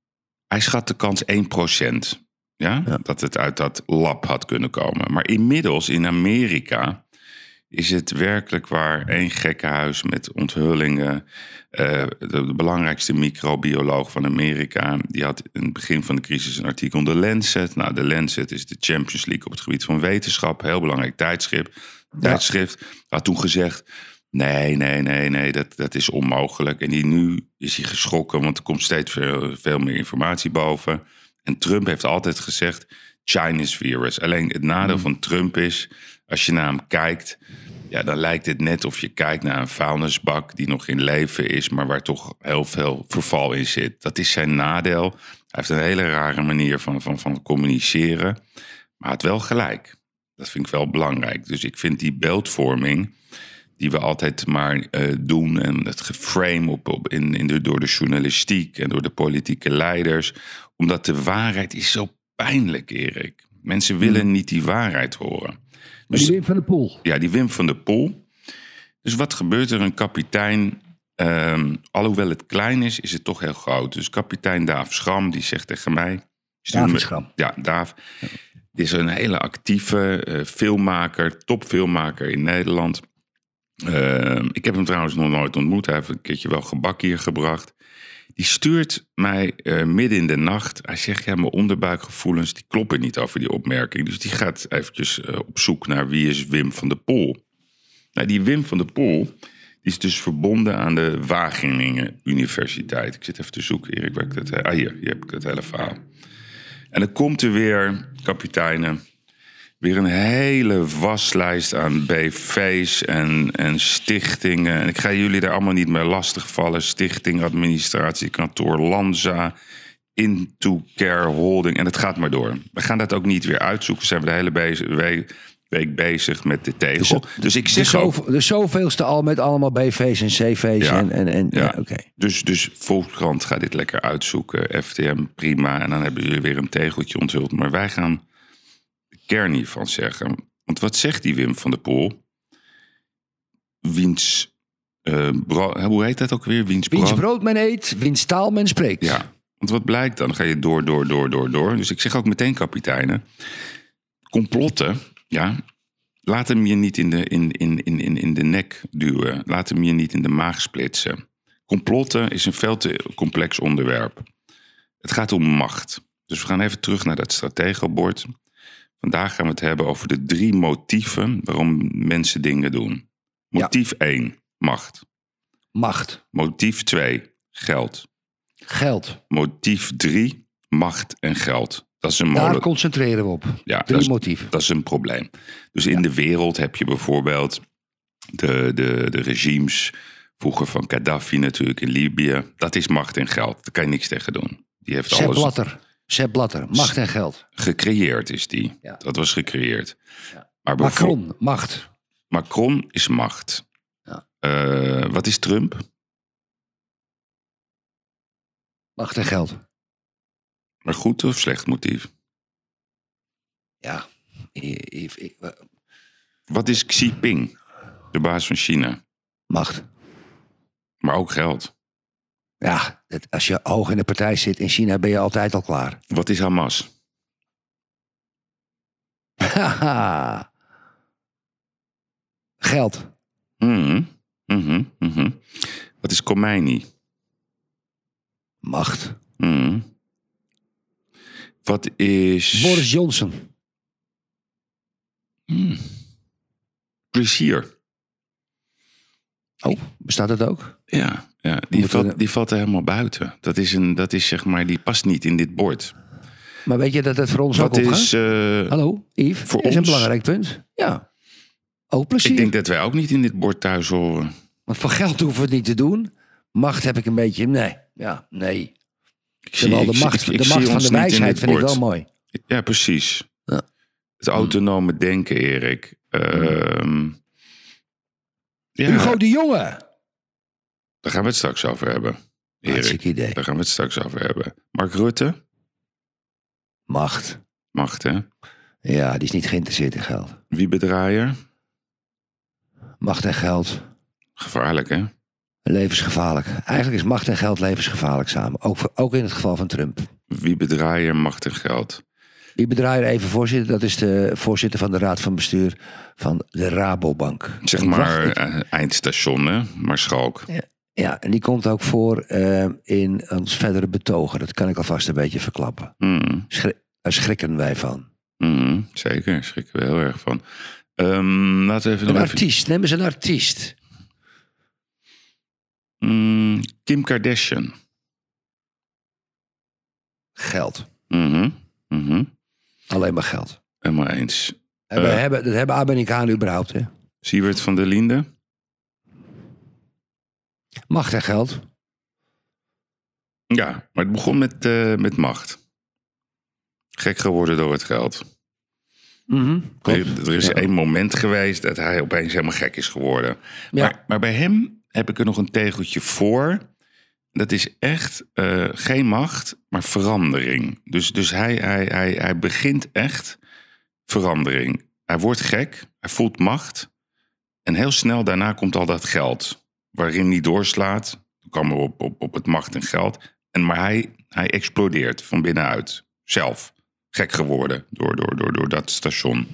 Hij schat de kans één procent. Ja? Ja. Dat het uit dat lab had kunnen komen. Maar inmiddels in Amerika is het werkelijk waar één gekkenhuis met onthullingen. Uh, de, de belangrijkste microbioloog van Amerika, die had in het begin van de crisis een artikel in de Lancet. Nou, de Lancet is de Champions League op het gebied van wetenschap. Heel belangrijk tijdschrift. tijdschrift. Had toen gezegd, nee, nee, nee, nee, dat, dat is onmogelijk. En die, nu is hij geschrokken, want er komt steeds veel, veel meer informatie boven. En Trump heeft altijd gezegd, Chinese virus. Alleen het nadeel mm. van Trump is, als je naar hem kijkt, ja, dan lijkt het net of je kijkt naar een vuilnisbak die nog in leven is, maar waar toch heel veel verval in zit. Dat is zijn nadeel. Hij heeft een hele rare manier van, van, van communiceren, maar hij had wel gelijk. Dat vind ik wel belangrijk. Dus ik vind die beeldvorming die we altijd maar uh, doen en het geframe op, op in, in de, door de journalistiek en door de politieke leiders, omdat de waarheid is zo pijnlijk, Erik. Mensen willen mm. niet die waarheid horen. Dus, die Wim van der Poel. Ja, die Wim van der Poel. Dus wat gebeurt er? Een kapitein, um, alhoewel het klein is, is het toch heel groot. Dus kapitein Daaf Schram, die zegt tegen mij... Daaf Schram. Ja, Daaf. Ja. Die is een hele actieve uh, filmmaker, topfilmmaker in Nederland. Uh, ik heb hem trouwens nog nooit ontmoet. Hij heeft een keertje wel gebak hier gebracht. Die stuurt mij uh, midden in de nacht. Hij zegt, ja, mijn onderbuikgevoelens die kloppen niet over die opmerking. Dus die gaat eventjes uh, op zoek naar wie is Wim van der Poel. Nou, die Wim van der Poel die is dus verbonden aan de Wageningen Universiteit. Ik zit even te zoeken, Erik. Waar ik dat, ah, hier, hier heb ik het hele verhaal. En dan komt er weer, kapiteinen, weer een hele waslijst aan B V's en, en stichtingen. En ik ga jullie daar allemaal niet meer lastigvallen. Stichting, administratie, kantoor, Lanza, Into Care Holding. En het gaat maar door. We gaan dat ook niet weer uitzoeken. Zijn we de hele bezig, week, week bezig met de tegel. Dus, dus ik zeg de, ook... zo, de zoveelste al met allemaal B V's en C V's. Ja, en, en, en, ja. ja, okay. Dus, dus Volkskrant gaat dit lekker uitzoeken. F T M, prima. En dan hebben jullie weer een tegeltje onthuld. Maar wij gaan kern hiervan zeggen. Want wat zegt die Wim van der Poel? Wiens, uh, bro- hoe heet dat ook weer? Wiens, wiens bro- brood men eet, wiens taal men spreekt. Ja, want wat blijkt dan? Dan ga je door, door, door, door, door. Dus ik zeg ook meteen, kapiteinen, complotten, ja, laat hem je niet in de, in, in, in, in de nek duwen. Laat hem je niet in de maag splitsen. Complotten is een veel te complex onderwerp. Het gaat om macht. Dus we gaan even terug naar dat strategenbord. Vandaag gaan we het hebben over de drie motieven waarom mensen dingen doen. Motief ja. één, macht. Macht. Motief twee, geld. Geld. Motief drie, macht en geld. Dat is een Daar molen... concentreren we op. Ja, drie dat is, motieven. Dat is een probleem. Dus in ja. de wereld heb je bijvoorbeeld de, de, de regimes, vroeger van Gaddafi natuurlijk in Libië. Dat is macht en geld. Daar kan je niks tegen doen. Die heeft Sepp alles... Blatter. Sepp Blatter, macht en geld. Gecreëerd is die. Ja. Dat was gecreëerd. Ja. Maar Macron, macht. Macron is macht. Ja. Uh, wat is Trump? Macht en geld. Maar goed of slecht motief? Ja. Ik, ik, ik, uh... Wat is Xi Jinping, de baas van China? Macht. Maar ook geld. Ja, het, als je hoog in de partij zit in China ben je altijd al klaar. Wat is Hamas? Haha. Geld. Mm-hmm. Mm-hmm. Mm-hmm. Wat is Khomeini? Macht. Mm. Wat is... Boris Johnson. Mm. Plezier. Oh, bestaat dat ook? Ja, ja die, valt, we... die valt er helemaal buiten. Dat is, een, dat is zeg maar, die past niet in dit bord. Maar weet je dat het voor ons Wat ook opgaat? is, uh, Hallo, Yves? Voor dat is ons? een belangrijk punt. Ja. Ook plezier. Ik denk dat wij ook niet in dit bord thuis horen. Want voor geld hoeven we het niet te doen. Macht heb ik een beetje... Nee, ja, nee. Ik zie, Terwijl ik, de macht, ik, ik de macht zie van de wijsheid vind bord. ik wel mooi. Ja, precies. Ja. Het autonome denken, Erik. Uh, ja. Hugo de Jonge. Daar gaan we het straks over hebben. Erik, idee. Daar gaan we het straks over hebben. Mark Rutte? Macht. Macht, hè? Ja, die is niet geïnteresseerd in geld. Wie bedraaier? Macht en geld. Gevaarlijk, hè? Levensgevaarlijk. Eigenlijk is macht en geld levensgevaarlijk samen. Ook, voor, ook in het geval van Trump. Wie bedraaier, macht en geld? Wie bedraaier even voorzitter? Dat is de voorzitter van de raad van bestuur van de Rabobank. Zeg Ik maar wacht- eh, eindstation, hè? Maar Schalk. Ja, ja, en die komt ook voor uh, in ons verdere betogen. Dat kan ik alvast een beetje verklappen. Mm. Schri- daar schrikken wij van. Mm, zeker, daar schrikken we heel erg van. Um, laten we even Een nog even... artiest, neem eens een artiest. Mm, Kim Kardashian. Geld. Mhm, mhm. Alleen maar geld. Helemaal eens. Hebben, Uh, hebben, dat hebben Amerikanen überhaupt, hè? Siewert van der Linde. Macht en geld. Ja, maar het begon met, uh, met macht. Gek geworden door het geld. Mm-hmm, Er, er is ja. één moment geweest dat hij opeens helemaal gek is geworden. Ja. Maar, maar bij hem heb ik er nog een tegeltje voor. Dat is echt uh, geen macht, maar verandering. Dus, dus hij, hij, hij, hij begint echt verandering. Hij wordt gek, hij voelt macht. En heel snel daarna komt al dat geld. Waarin hij doorslaat. Dan kwam er op, op, op het macht en geld. En, maar hij, hij explodeert van binnenuit. Zelf. Gek geworden door, door, door, door dat station.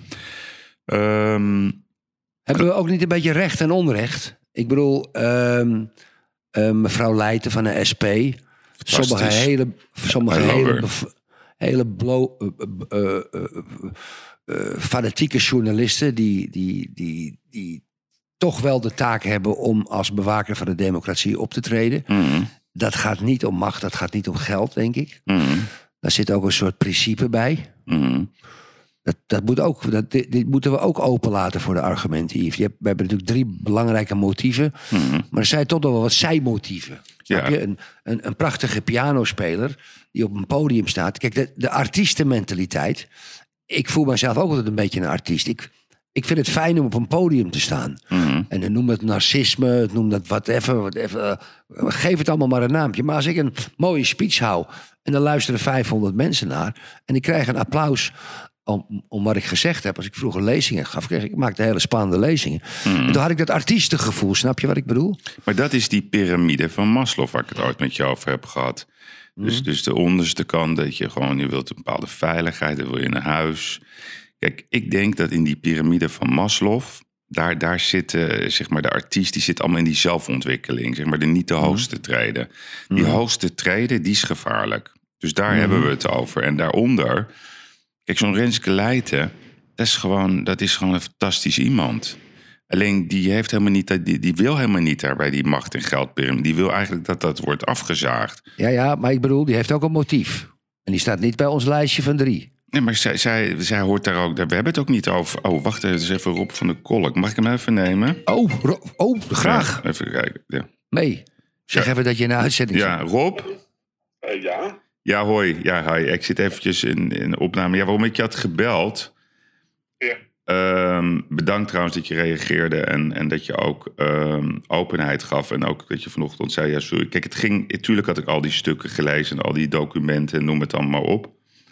Um, Hebben we ook niet een beetje recht en onrecht? Ik bedoel, um, uh, mevrouw Leijten van de S P. Sommige hele, sommige I love hele, her. bev- hele blo, uh, uh, uh, uh, uh, fanatieke journalisten... Die, die, die, die toch wel de taak hebben om als bewaker van de democratie op te treden. mm, Dat gaat niet om macht, dat gaat niet om geld, denk ik. mm, Daar zit ook een soort principe bij. mm. Dat, dat moet ook, dat, dit, dit moeten we ook openlaten voor de argumenten, Yves. Je hebt, we hebben natuurlijk drie belangrijke motieven. Mm. Maar er zijn toch nog wel wat zijmotieven. Snap Ja. je? Een, een, een prachtige pianospeler die op een podium staat. Kijk, de, de artiestenmentaliteit. Ik voel mezelf ook altijd een beetje een artiest. Ik, ik vind het fijn om op een podium te staan. Mm. En dan noem het narcisme, het noem dat whatever, whatever. Uh, geef het allemaal maar een naampje. Maar als ik een mooie speech hou en dan luisteren vijfhonderd mensen naar... en ik krijg een applaus om, om wat ik gezegd heb. Als ik vroeger lezingen gaf, kreeg ik, ik maakte hele spannende lezingen. Mm. En toen had ik dat artiestengevoel, snap je wat ik bedoel? Maar dat is die piramide van Maslow waar ik het ooit met je over heb gehad. Dus, Mhm. dus de onderste kant, dat je gewoon, je wilt een bepaalde veiligheid, dan wil je een huis. Kijk, ik denk dat in die piramide van Maslow, daar, daar zit, uh, zeg maar, de artiest, die zit allemaal in die zelfontwikkeling. Zeg maar, de niet de hoogste treden. Die Mhm. hoogste treden, die is gevaarlijk. Dus daar Mhm. hebben we het over. En daaronder, kijk, zo'n Renske Leijten, dat is gewoon, dat is gewoon een fantastisch iemand. Alleen die heeft helemaal niet, die, die wil helemaal niet daar bij die macht- en geldpyramide. Die wil eigenlijk dat dat wordt afgezaagd. Ja, ja, maar ik bedoel, die heeft ook een motief. En die staat niet bij ons lijstje van drie. Nee, maar zij, zij, zij hoort daar ook. We hebben het ook niet over. Oh, wacht even, even Rob van de Kolk. Mag ik hem even nemen? Oh, Ro- oh graag. Ja, even kijken. Ja, Mee. Zeg Ja. even dat je in de uitzending ja zit. Rob? Uh, ja? Ja, hoi. Ja, hi. Ik zit eventjes in, in de opname. Ja, waarom ik je had gebeld? Ja. Ehm, bedankt trouwens dat je reageerde en, en dat je ook ehm, openheid gaf. En ook dat je vanochtend zei, ja sorry. Kijk, het ging, natuurlijk had ik al die stukken gelezen en al die documenten, noem het allemaal op.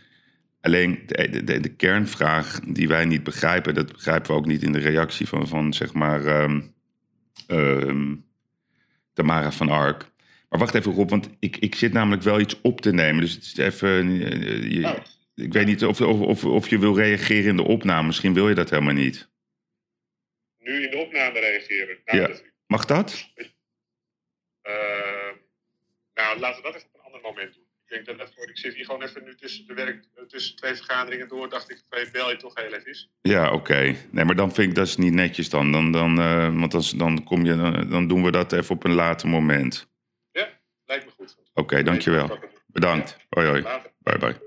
Alleen de, de, de kernvraag die wij niet begrijpen, dat begrijpen we ook niet in de reactie van, van zeg maar, um, um, Tamara van Ark. Maar wacht even Rob, want ik, ik zit namelijk wel iets op te nemen. Dus het is even... Uh, je, Oh. Ik weet niet of, of, of, of je wil reageren in de opname. Misschien wil je dat helemaal niet. Nu in de opname reageren. Nou, Ja. dat, Mag dat? uh, nou, laten we dat even op een ander moment doen. Ik denk dat dat voor... Ik zit hier gewoon even nu tussen, de werk, tussen twee vergaderingen door. Dacht ik, bel je toch heel even. Ja, oké. Okay. Nee, maar dan vind ik dat is niet netjes dan. dan, dan uh, want dan, dan, kom je, dan, dan doen we dat even op een later moment. Ja, lijkt me goed. Oké, okay, dankjewel. Bedankt. Hoi, hoi. Bye, bye.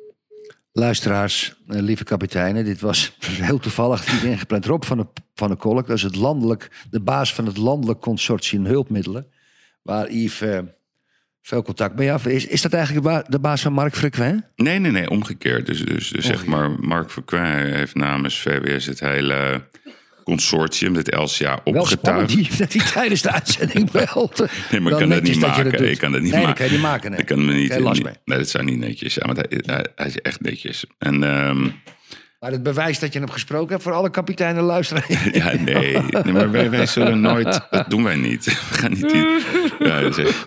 Luisteraars, uh, lieve kapiteinen, dit was heel toevallig niet ingepland. Rob van de, van de Kolk, dat is het landelijk, de baas van het landelijk consortium hulpmiddelen, waar Yves uh, veel contact mee heeft. Is, is dat eigenlijk de, ba- de baas van Marc Frequin? Nee, nee, nee, omgekeerd. Dus, dus, dus zeg maar, Marc Frequin heeft namens V W S het hele consortium, het L C A, Wel spannend opgetuigd. dat hij tijdens de uitzending belt. Nee, maar ik Dan kan dat netjes niet dat je maken. dat doet. Ik kan dat niet nee, maken. dat kan je niet maken. Nee. Ik kan me niet, Geen last niet mee. nee, dat zou niet netjes zijn. Want hij, hij, hij is echt netjes. En um, Maar het bewijs dat je hem gesproken hebt voor alle kapiteinen luisteren. Ja, nee. nee maar wij, wij zullen nooit... Dat doen wij niet. We gaan niet... Die, ja, dat is echt...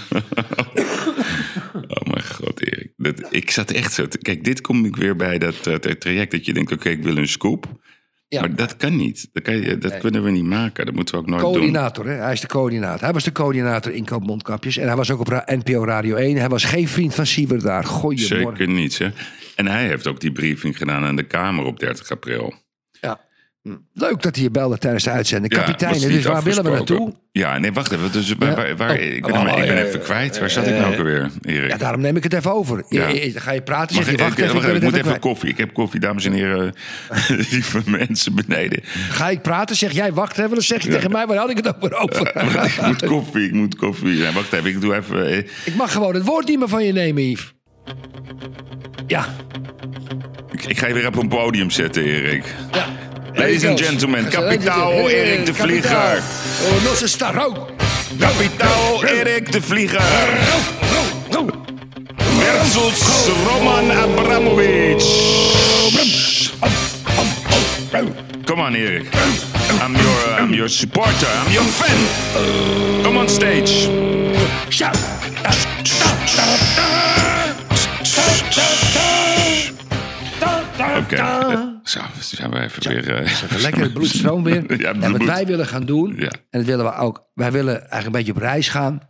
Oh mijn god, Erik. Dat, ik zat echt zo... Te, kijk, dit kom ik weer bij dat uh, traject dat je denkt... Oké, okay, ik wil een scoop. Ja. Maar dat kan niet. Dat, kan je, dat nee. kunnen we niet maken. Dat moeten we ook nooit coördinator, doen. Hè? Hij is de coördinator. Hij was de coördinator inkoopmondkapjes. En hij was ook op N P O Radio één. Hij was geen vriend van Siewert daar. Goeiemorgen. Zeker niet, hè. En hij heeft ook die briefing gedaan aan de Kamer op dertig april. Ja. Leuk dat hij je belde tijdens de uitzending. Ja, kapiteinen, dus waar willen we naartoe? Ja, nee, wacht even. Dus waar, waar, waar, oh, ik ben, oh, ik ben uh, even kwijt. Waar zat uh, ik nou ook alweer, Erik? Ja, daarom neem ik het even over. Ja. Je, ga je praten, zeg je, wacht ik, even. Wacht, ik ik moet even kwijt. koffie. Ik heb koffie, dames en heren. Lieve mensen beneden. Ga ik praten, zeg jij wacht even. Dan zeg je ja. tegen mij, waar had ik het ook weer over? Uh, ik moet koffie, ik moet koffie. Ja, wacht even, ik doe even... Uh, ik mag gewoon het woord niet meer van je nemen, Yves. Ja. Ik, ik ga je weer op een podium zetten, Erik. Ja. Ladies and gentlemen, kapitaal Erik de Vlieger. Oh, Nosse Staro. Kapitaal Erik de Vlieger. Versus Roman Abramovic. Come on, Erik. I'm your, I'm your supporter. I'm your fan. Come on stage. Oké, okay. Zo zijn we even weer... Uh, lekker het bloedstroom weer. Ja, en wat wij willen gaan doen, ja. en dat willen we ook... Wij willen eigenlijk een beetje op reis gaan.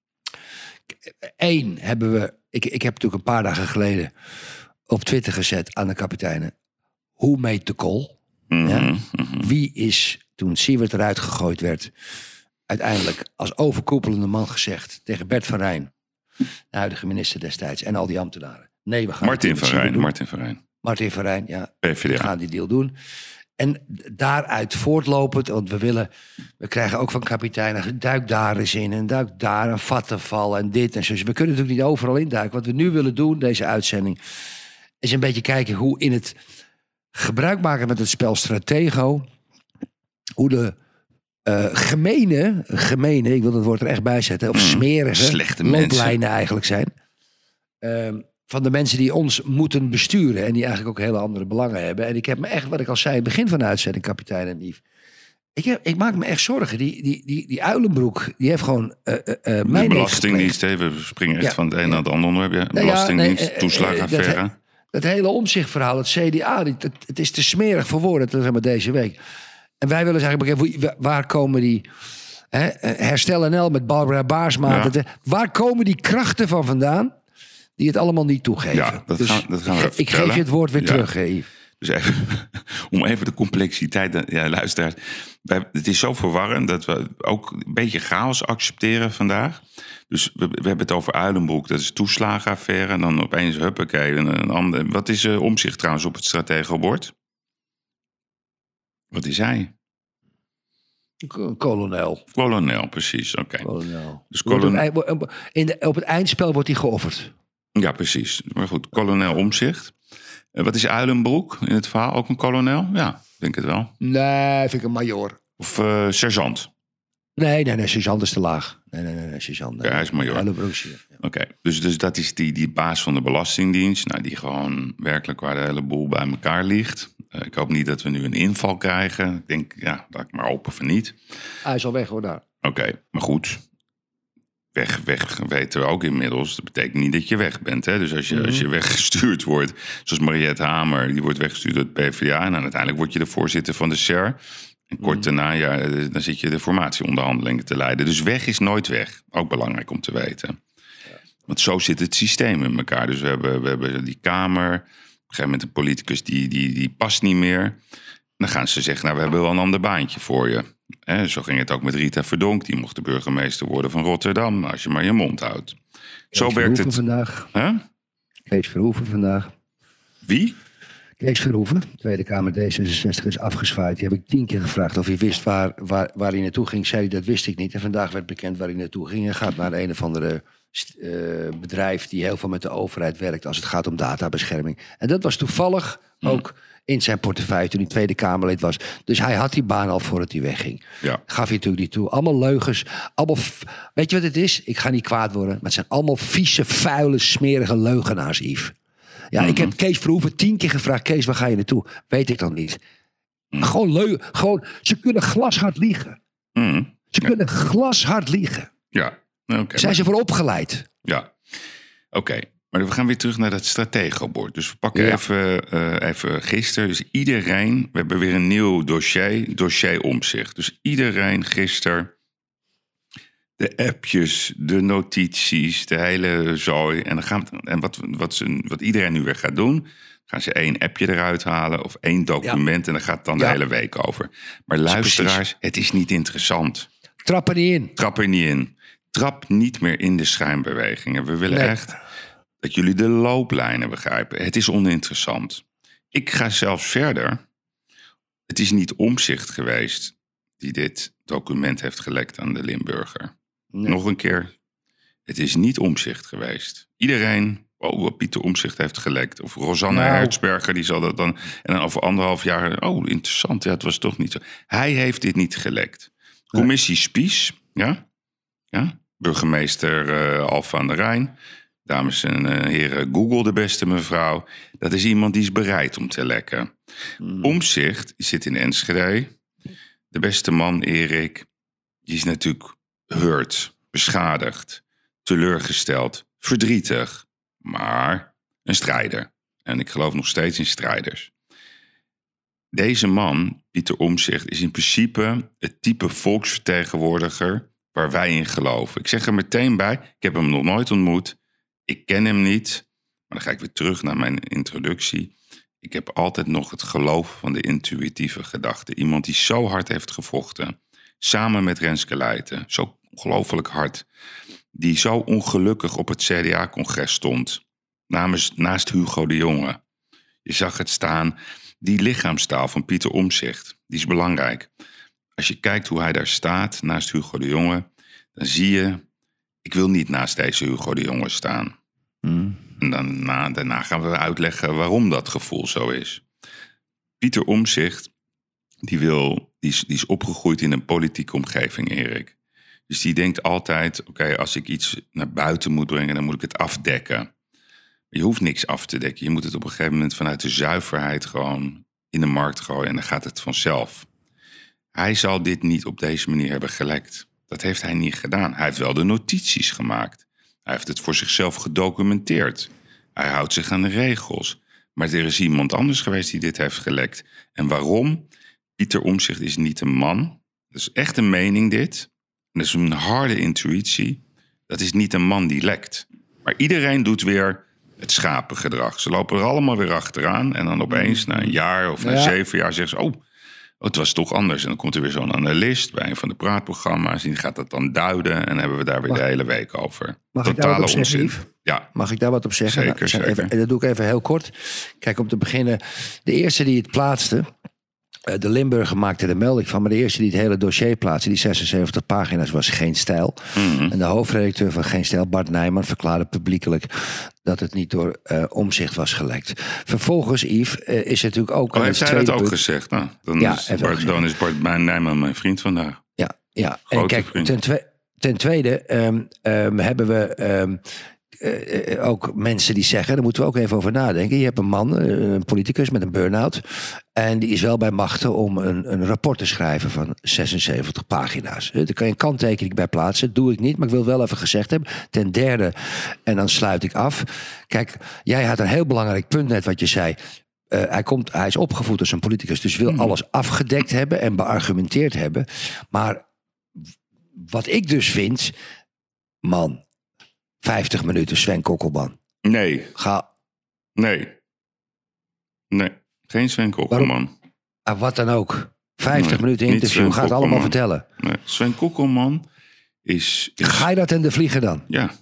Eén hebben we... Ik, ik heb natuurlijk een paar dagen geleden op Twitter gezet aan de kapiteinen. Who made the call? Mm-hmm, ja? mm-hmm. Wie is, toen Siewert eruit gegooid werd, uiteindelijk als overkoepelende man gezegd tegen Bert van Rijn, de huidige minister destijds, en al die ambtenaren. Nee, we gaan Martin van Rijn, Martin van Rijn. Martin van Rijn, ja. P V D A. We gaan die deal doen. En daaruit voortlopend, want we willen... We krijgen ook van kapiteinen, duik daar eens in en duik daar een vattenval en dit en zo. We kunnen natuurlijk niet overal induiken. Wat we nu willen doen, deze uitzending, is een beetje kijken hoe in het gebruik maken met het spel Stratego, hoe de uh, gemene, gemene, ik wil dat woord er echt bij zetten, of smerige, slechte looplijnen mensen eigenlijk zijn. Um, van de mensen die ons moeten besturen en die eigenlijk ook hele andere belangen hebben. En ik heb me echt, wat ik al zei, in het begin van de uitzending, kapitein en Yves. Ik, heb, ik maak me echt zorgen. Die, die, die, die Uilenbroek, die heeft gewoon uh, uh, uh, de Belastingdienst, we springen echt ja. van het een naar het andere onderwerp. Ja. Belastingdienst, ja, nee, toeslagenaffaire. Dat, dat hele omzichtverhaal, het C D A, het, het is te smerig voor woorden, dat is maar deze week. En wij willen zeggen, begrijpen, waar komen die... Hè, Herstel N L met Barbara Baarsma. Ja. Dat, waar komen die krachten van vandaan die het allemaal niet toegeven? Ja, dat, dus gaan, dat gaan we ik, ik geef je het woord weer ja. terug, Yves. Dus even, om even de complexiteit... Ja, luisteraars, het is zo verwarrend dat we ook een beetje chaos accepteren vandaag. Dus we, we hebben het over Uilenbroek, dat is toeslagenaffaire. En dan opeens, huppakee, een, een ander. Wat is uh, Omtzigt trouwens op het strategenbord? Wat is hij? Kolonel. Kolonel, precies, oké. Okay. Kolonel. Dus kolonel... In de, op het eindspel wordt hij geofferd. Ja, precies. Maar goed, kolonel Omtzigt. Uh, wat is Uilenbroek in het verhaal? Ook een kolonel? Ja, denk het wel. Nee, vind ik een major. Of uh, sergeant? Nee, nee, nee, sergeant is te laag. Nee, nee, nee, nee sergeant. Nee. Ja, hij is major. Uilenbroek, ja. Oké, okay. dus, dus dat is die, die baas van de Belastingdienst. Nou, die gewoon werkelijk waar de hele boel bij elkaar ligt. Uh, ik hoop niet dat we nu een inval krijgen. Ik denk, ja, laat ik maar hopen van niet. Hij is al weg hoor, daar. Oké, okay, maar goed. Weg, weg weten we ook inmiddels. Dat betekent niet dat je weg bent. Hè? Dus als je, mm-hmm. als je weggestuurd wordt, zoals Mariette Hamer, die wordt weggestuurd door het P V D A. En dan uiteindelijk word je de voorzitter van de S E R. En kort daarna, ja, dan zit je de formatieonderhandelingen te leiden. Dus weg is nooit weg. Ook belangrijk om te weten. Ja. Want zo zit het systeem in elkaar. Dus we hebben, we hebben die Kamer. Op een gegeven moment een politicus die, die, die past niet meer. Dan gaan ze zeggen, nou, we hebben wel een ander baantje voor je. He, zo ging het ook met Rita Verdonk. Die mocht de burgemeester worden van Rotterdam. Als je maar je mond houdt. Kees zo werkt het. Vandaag. Huh? Kees Verhoeven vandaag. Wie? Kees Verhoeven, Tweede Kamer D zesenzestig, is afgezwaaid. Die heb ik tien keer gevraagd of hij wist waar, waar, waar hij naartoe ging. Zei hij, dat wist ik niet. En vandaag werd bekend waar hij naartoe ging. Hij gaat naar een of andere uh, bedrijf die heel veel met de overheid werkt als het gaat om databescherming. En dat was toevallig hmm. ook in zijn portefeuille toen hij Tweede Kamerlid was. Dus hij had die baan al voordat hij wegging. Ja. Gaf hij natuurlijk niet toe. Allemaal leugens. Allemaal f- Weet je wat het is? Ik ga niet kwaad worden. Maar het zijn allemaal vieze, vuile, smerige leugenaars, Yves. Ja, Mm-hmm. ik heb Kees Verhoeven tien keer gevraagd... Kees, waar ga je naartoe? Weet ik dan niet. Mm. Gewoon leuk. Gewoon, ze kunnen glashard liegen. Mm. Ze Ja. kunnen glashard liegen. Ja, oké. Zijn ze voor opgeleid? Ja, oké. Maar we gaan weer terug naar dat strategobord. Dus we pakken Ja. even, uh, even gisteren. Dus iedereen, we hebben weer een nieuw dossier, dossier Omtzigt. Dus iedereen gisteren, de appjes, de notities, de hele zooi. En, dan gaan we, en wat, wat, ze, wat iedereen nu weer gaat doen, gaan ze één appje eruit halen of één document. Ja. En dan gaat het dan Ja. de hele week over. Maar luisteraars, precies. het is niet interessant. Trap er niet in. Trap er niet in. Trap niet meer in de schijnbewegingen. We willen Nee. echt dat jullie de looplijnen begrijpen. Het is oninteressant. Ik ga zelfs verder. Het is niet Omtzigt geweest die dit document heeft gelekt aan de Limburger. Nee. Nog een keer. Het is niet Omtzigt geweest. Iedereen, oh, wat Pieter Omtzigt heeft gelekt. Of Rosanne Nou. Hertzberger, die zal dat dan... En dan over anderhalf jaar, oh, interessant. Ja, het was toch niet zo. Hij heeft dit niet gelekt. Commissie Spies, ja, ja. burgemeester uh, Alphen aan de Rijn. Dames en uh, heren, Google de beste mevrouw. Dat is iemand die is bereid om te lekken. Mm. Omtzigt, die zit in Enschede. De beste man, Erik, die is natuurlijk hurt, beschadigd, teleurgesteld, verdrietig. Maar een strijder. En ik geloof nog steeds in strijders. Deze man, Pieter Omtzigt, is in principe het type volksvertegenwoordiger waar wij in geloven. Ik zeg er meteen bij, ik heb hem nog nooit ontmoet. Ik ken hem niet. Maar dan ga ik weer terug naar mijn introductie. Ik heb altijd nog het geloof van de intuïtieve gedachte. Iemand die zo hard heeft gevochten. Samen met Renske Leijten. Zo ongelooflijk hard. Die zo ongelukkig op het C D A-congres stond. Namens, naast Hugo de Jonge. Je zag het staan. Die lichaamstaal van Pieter Omtzigt, die is belangrijk. Als je kijkt hoe hij daar staat, naast Hugo de Jonge, dan zie je, ik wil niet naast deze Hugo de Jonge staan. Mm. En daarna, daarna gaan we uitleggen waarom dat gevoel zo is. Pieter Omtzigt, die, wil, die, is, die is opgegroeid in een politieke omgeving, Erik. Dus die denkt altijd, oké, okay, als ik iets naar buiten moet brengen, dan moet ik het afdekken. Je hoeft niks af te dekken. Je moet het op een gegeven moment vanuit de zuiverheid gewoon in de markt gooien. En dan gaat het vanzelf. Hij zal dit niet op deze manier hebben gelekt. Dat heeft hij niet gedaan. Hij heeft wel de notities gemaakt. Hij heeft het voor zichzelf gedocumenteerd. Hij houdt zich aan de regels. Maar er is iemand anders geweest die dit heeft gelekt. En waarom? Pieter Omtzigt is niet een man. Dat is echt een mening dit. Dat is een harde intuïtie. Dat is niet een man die lekt. Maar iedereen doet weer het schapengedrag. Ze lopen er allemaal weer achteraan. En dan opeens, na een jaar of na Ja. zeven jaar, zeggen ze... Oh, het was toch anders. En dan komt er weer zo'n analist bij een van de praatprogramma's. Die gaat dat dan duiden. En dan hebben we daar weer Mag- de hele week over. Mag ik daar wat op zeggen, onzin. Yves? Ja, Mag ik daar wat op zeggen? Zeker, Nou, zijn zeker. Even, en dat doe ik even heel kort. Kijk, om te beginnen. De eerste die het plaatste... Uh, de Limburger maakte er melding van. Maar de eerste die het hele dossier plaatste... die zesenzeventig pagina's, was Geen Stijl. Mhm. En de hoofdredacteur van Geen Stijl, Bart Nijman... verklaarde publiekelijk dat het niet door uh, Omtzigt was gelekt. Vervolgens, Yves, uh, is er natuurlijk ook... Oh, en heeft het hij dat tweede ook punt- gezegd? Nou, dan, Ja, is heeft hij ook Bart, dan is Bart Nijman mijn vriend vandaag. Ja, ja. En Grote kijk, vriend. ten, twe- ten tweede um, um, hebben we um, uh, uh, ook mensen die zeggen... daar moeten we ook even over nadenken. Je hebt een man, uh, een politicus met een burn-out... en die is wel bij machten om een, een rapport te schrijven van zesenzeventig pagina's. Uh, Daar kan je een kanttekening bij plaatsen. Dat doe ik niet, maar ik wil wel even gezegd hebben. Ten derde, en dan sluit ik af... Kijk, jij had een heel belangrijk punt net wat je zei... Uh, hij, komt, hij is opgevoed als een politicus, dus wil alles afgedekt hebben en beargumenteerd hebben. Maar wat ik dus vind, man, vijftig minuten Sven Kokkelman. Nee, Ga, nee. Nee, geen Sven Kokkelman. ah, wat dan ook. vijftig Nee, minuten niet interview, Sven ga het allemaal Kokkelman. vertellen. Nee. Sven Kokkelman is, is... Ga je dat in de vliegen dan? Ja.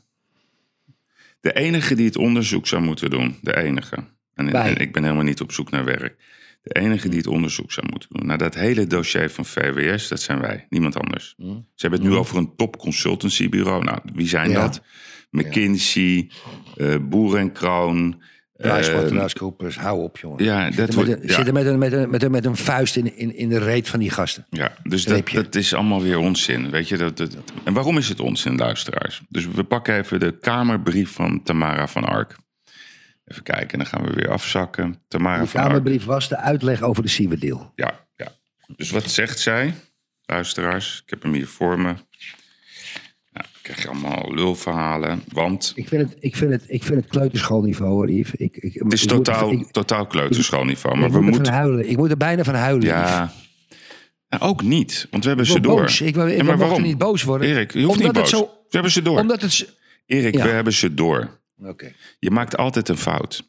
De enige die het onderzoek zou moeten doen. De enige. En, Wij. en ik ben helemaal niet op zoek naar werk. De enige die het onderzoek zou moeten doen. Nou, dat hele dossier van V W S, dat zijn wij. Niemand anders. Ze hebben het nu over een top consultancybureau. Nou, wie zijn Ja. dat? McKinsey, eh Boer en Kroon. eh, PricewaterhouseCoopers, hou op, jongen. ja, dat Zitten met, wordt... een- ja. zitten met, een, met, een, met, een, met een vuist in, in, in de reet van die gasten. Ja, dus dat, Streepje. dat is allemaal weer onzin. Weet je, dat, dat, en waarom is het onzin, luisteraars? Dus we pakken even de Kamerbrief van Tamara van Ark. Even kijken, dan gaan we weer afzakken. Tamara De van Ark. Kamerbrief was de uitleg over de Siewert-deal. Ja, ja. Dus wat zegt zij? Luisteraars, ik heb hem hier voor me. Nou, dan krijg je allemaal lulverhalen. Want Ik vind het, ik vind het, ik vind het kleuterschoolniveau, hoor, Yves. Ik, ik, het is ik moet totaal, er- ik, totaal kleuterschoolniveau. ik Maar we moet er moeten... van huilen. Ik moet er bijna van huilen. Yves. Ja, nou, ook niet. Want we hebben Ik ze word door. boos. Ik, wil- ik Ja, maar mocht waarom? niet boos worden. Erik, je hoeft Omdat niet het boos. zo- We hebben ze door. Omdat het... z- Erik, Ja. we hebben ze door. Oké. Je maakt altijd een fout.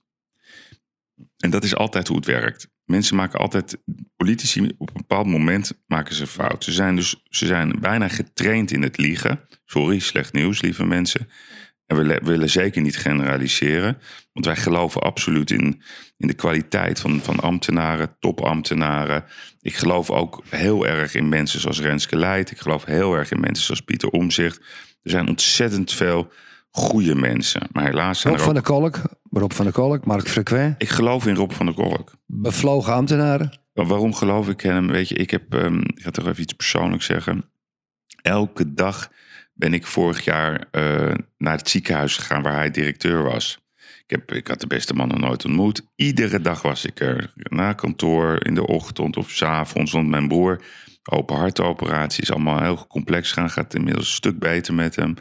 En dat is altijd hoe het werkt. Mensen maken altijd, politici op een bepaald moment maken ze een fout. Ze zijn dus ze zijn bijna getraind in het liegen. Sorry, slecht nieuws, lieve mensen. En we le- willen zeker niet generaliseren. Want wij geloven absoluut in, in de kwaliteit van, van ambtenaren, topambtenaren. Ik geloof ook heel erg in mensen zoals Renske Leijt. Ik geloof heel erg in mensen zoals Pieter Omtzigt. Er zijn ontzettend veel goede mensen. Maar helaas zijn Rob er van ook... der Kolk, Rob van der Kolk, Mark Frequent, Ik geloof in Rob van der Kolk. bevlogen ambtenaren. Maar waarom geloof ik in hem? Weet je, ik heb, um, ik ga toch even iets persoonlijks zeggen. Elke dag ben ik vorig jaar uh, naar het ziekenhuis gegaan waar hij directeur was. Ik, heb, ik had de beste man nog nooit ontmoet. Iedere dag was ik er. Na kantoor, in de ochtend of 's avonds. Want mijn broer, open hartoperatie, is allemaal heel complex gaan. Gaat inmiddels een stuk beter met hem.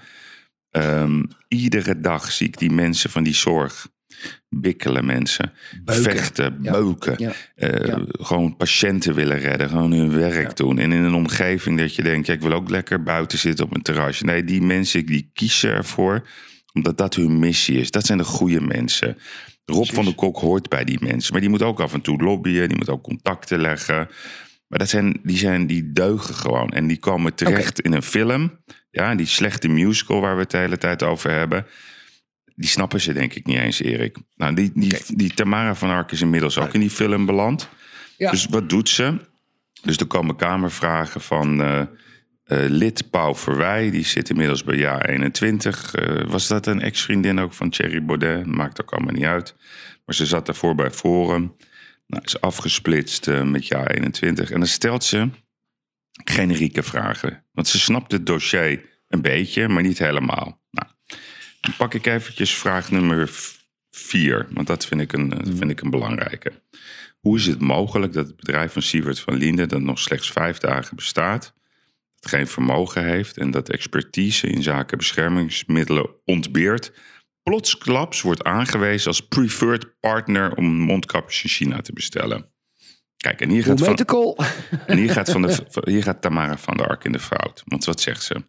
Um, iedere dag zie ik die mensen van die zorg. Bikkelen mensen. Beuken. Vechten, Ja. beuken. Ja. Uh, Ja. Gewoon patiënten willen redden. Gewoon hun werk Ja. doen. En in een omgeving dat je denkt, ja, ik wil ook lekker buiten zitten op een terrasje. Nee, die mensen die kiezen ervoor. Omdat dat hun missie is. Dat zijn de goede mensen. Rob van der Kok hoort bij die mensen. Maar die moet ook af en toe lobbyen. Die moet ook contacten leggen. Maar dat zijn, die, zijn, die deugen gewoon. En die komen terecht in een film. Ja, die slechte musical waar we het de hele tijd over hebben. Die snappen ze denk ik niet eens, Erik. Nou, die, die, die Tamara van Ark is inmiddels ook in die film beland. Ja. Dus wat doet ze? Dus er komen kamervragen van uh, uh, lid Pauw Verwij. Die zit inmiddels bij jaar eenentwintig. Uh, was dat een ex-vriendin ook van Thierry Baudet? Maakt ook allemaal niet uit. Maar ze zat daarvoor bij Forum. Nou, is afgesplitst uh, met jaar eenentwintig. En dan stelt ze generieke vragen. Want ze snapt het dossier een beetje, maar niet helemaal. Nou, dan pak ik eventjes vraag nummer vier. Want dat vind ik een, dat vind ik een belangrijke. Hoe is het mogelijk dat het bedrijf van Siewert van Liende, dat nog slechts vijf dagen bestaat, dat geen vermogen heeft en dat expertise in zaken beschermingsmiddelen ontbeert, plotsklaps wordt aangewezen als preferred partner om mondkapjes in China te bestellen? Kijk, en hier gaat, Hoe van, meet de kool? en hier, gaat van de, hier gaat Tamara van der Ark in de fout. Want wat zegt ze?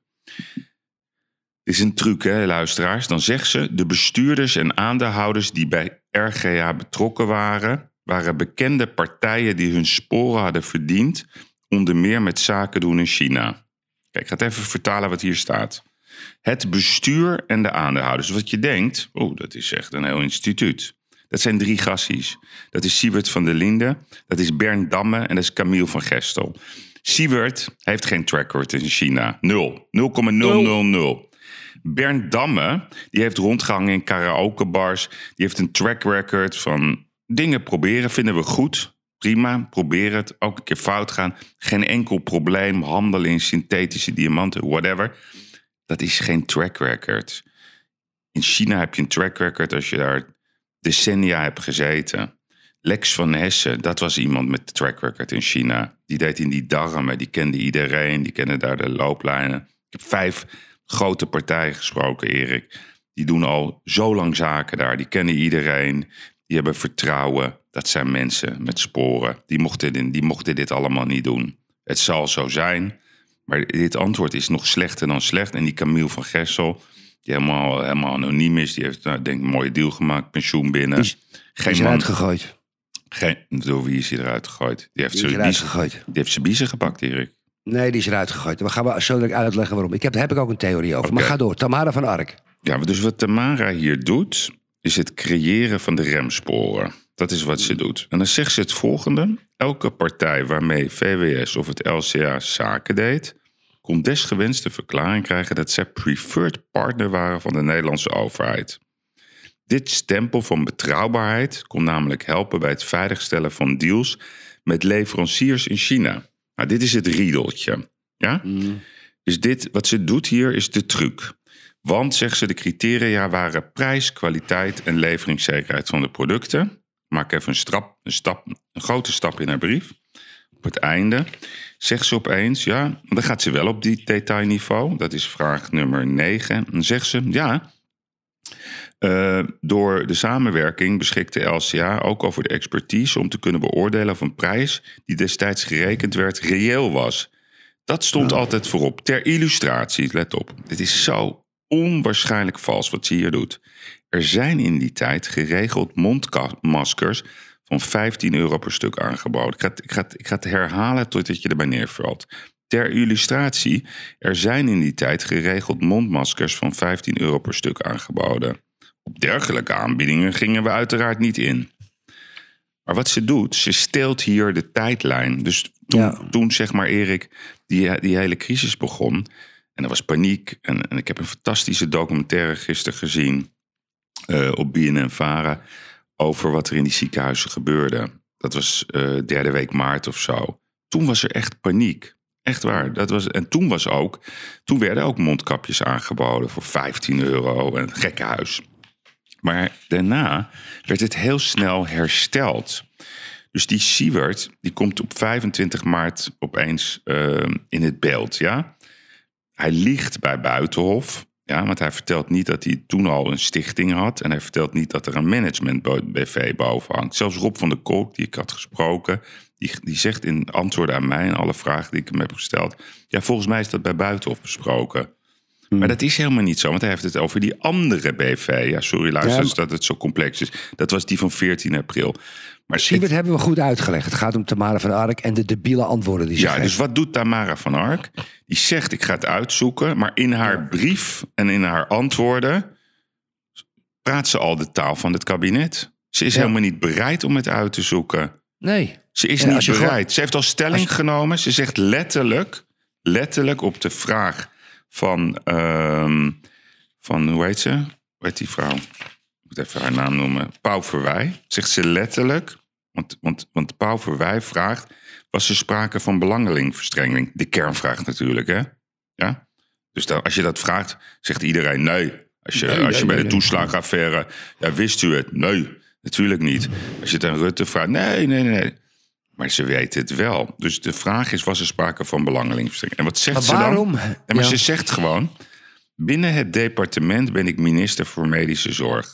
Dit is een truc, hè, luisteraars. Dan zegt ze, de bestuurders en aandeelhouders die bij R G A betrokken waren, waren bekende partijen die hun sporen hadden verdiend, onder meer met zaken doen in China. Kijk, ik ga het even vertalen wat hier staat. Het bestuur en de aandeelhouders. Dus wat je denkt, oh, dat is echt een heel instituut. Dat zijn drie gassies. Dat is Siewert van der Liende, dat is Bernd Damme en dat is Camille van Gestel. Siewert heeft geen track record in China. Nul. nul komma nul nul nul. Bernd Damme, die heeft rondgehangen in karaokebars. Die heeft een track record van dingen proberen. Vinden we goed. Prima, probeer het. Ook een keer fout gaan. Geen enkel probleem. Handelen in synthetische diamanten, whatever. Dat is geen track record. In China heb je een track record als je daar decennia hebt gezeten. Lex van Hessen, dat was iemand met de track record in China. Die deed in die darmen, die kende iedereen. Die kende daar de looplijnen. Ik heb vijf grote partijen gesproken, Erik. Die doen al zo lang zaken daar. Die kennen iedereen. Die hebben vertrouwen. Dat zijn mensen met sporen. Die mochten, dit, die mochten dit allemaal niet doen. Het zal zo zijn. Maar dit antwoord is nog slechter dan slecht. En die Camille van Gessel, die helemaal, helemaal anoniem is. Die heeft, nou, denk ik, een mooie deal gemaakt. Pensioen binnen. Die is, Geen die is man. eruit gegooid. Geen, door wie is hij eruit gegooid? Die heeft Die is zijn eruit die, gegooid. die heeft zijn biezen gepakt, Erik. Nee, die is eruit gegooid. We gaan we zo direct uitleggen waarom. Ik heb, daar heb ik ook een theorie over. Oké. Maar ga door. Tamara van Ark. Ja, dus wat Tamara hier doet, is het creëren van de remsporen. Dat is wat ze doet. En dan zegt ze het volgende. Elke partij waarmee V W S of het L C A zaken deed, kon desgewenst de verklaring krijgen dat zij preferred partner waren van de Nederlandse overheid. Dit stempel van betrouwbaarheid kon namelijk helpen bij het veiligstellen van deals met leveranciers in China. Nou, dit is het riedeltje. Ja? Mm. Dus dit, wat ze doet hier, is de truc. Want, zegt ze, de criteria waren prijs, kwaliteit en leveringszekerheid van de producten. Maak even een, strap, een, stap, een grote stap in haar brief. Op het einde zegt ze opeens, ja, dan gaat ze wel op die detailniveau. Dat is vraag nummer negen. Dan zegt ze, ja, uh, door de samenwerking beschikte L C A ook over de expertise om te kunnen beoordelen of een prijs die destijds gerekend werd reëel was. Dat stond altijd voorop. Ter illustratie, let op. Dit is zo onwaarschijnlijk vals wat ze hier doet. Er zijn in die tijd geregeld mondmaskers van vijftien euro per stuk aangeboden. Ik ga, het, ik, ga het, ik ga het herhalen totdat je erbij neervalt. Ter illustratie, er zijn in die tijd geregeld mondmaskers van vijftien euro per stuk aangeboden. Op dergelijke aanbiedingen gingen we uiteraard niet in. Maar wat ze doet, ze steelt hier de tijdlijn. Dus toen, ja. toen zeg maar, Erik, die, die hele crisis begon. En er was paniek. En, en ik heb een fantastische documentaire gisteren gezien uh, op B N N Vara over wat er in die ziekenhuizen gebeurde. Dat was uh, derde week maart of zo. Toen was er echt paniek. Echt waar. Dat was, en toen was ook, toen werden ook mondkapjes aangeboden voor vijftien euro. En het gekkenhuis. Maar daarna werd het heel snel hersteld. Dus die Siewert, die komt op vijfentwintig maart opeens uh, in het beeld, ja. Hij liegt bij Buitenhof, ja, want hij vertelt niet dat hij toen al een stichting had. En hij vertelt niet dat er een management-B V boven hangt. Zelfs Rob van der Kolk, die ik had gesproken, die, die zegt in antwoorden aan mij en alle vragen die ik hem heb gesteld, ja, volgens mij is dat bij Buitenhof besproken. Hmm. Maar dat is helemaal niet zo, want hij heeft het over die andere B V. Ja, sorry luisteraars ja, dat het zo complex is. Dat was die van veertien april. Maar Siewert het hebben we goed uitgelegd. Het gaat om Tamara van Ark en de debiele antwoorden die ze ja, geeft. Dus wat doet Tamara van Ark? Die zegt, ik ga het uitzoeken. Maar in haar brief en in haar antwoorden praat ze al de taal van het kabinet. Ze is ja. helemaal niet bereid om het uit te zoeken. Nee. Ze is ja, niet bereid. Gewoon... Ze heeft al stelling je... genomen. Ze zegt letterlijk, letterlijk op de vraag van, uh, van hoe heet ze? Hoe heet die vrouw? Ik moet even haar naam noemen. Pauw Verwij. Zegt ze letterlijk, want, want, want Pauw Verwij vraagt, was er sprake van belangenverstrengeling? De kernvraag natuurlijk, hè? Ja? Dus dan, als je dat vraagt, zegt iedereen nee. Als je, nee, als je nee, bij nee, de toeslagenaffaire, ja, wist u het? Nee, natuurlijk niet. Als je het aan Rutte vraagt, nee, nee, nee. Maar ze weten het wel. Dus de vraag is, was er sprake van belangenverstrengeling? En wat zegt maar ze waarom? dan? Ja, maar ja. Ze zegt gewoon, binnen het departement ben ik minister voor medische zorg.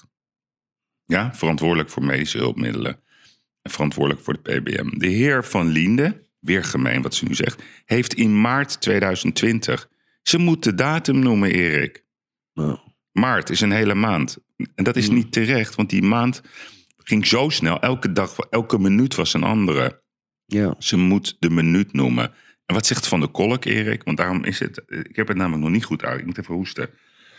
Ja, verantwoordelijk voor medische hulpmiddelen. En verantwoordelijk voor de P B M. De heer Van Liende, weer gemeen wat ze nu zegt, heeft in maart tweeduizend twintig... Ze moet de datum noemen, Erik. Oh. Maart is een hele maand. En dat is niet terecht, want die maand ging zo snel. Elke dag, elke minuut was een andere. Ja. Ze moet de minuut noemen. En wat zegt Van der Kolk, Erik? Want daarom is het... Ik heb het namelijk nog niet goed uit. Ik moet even hoesten.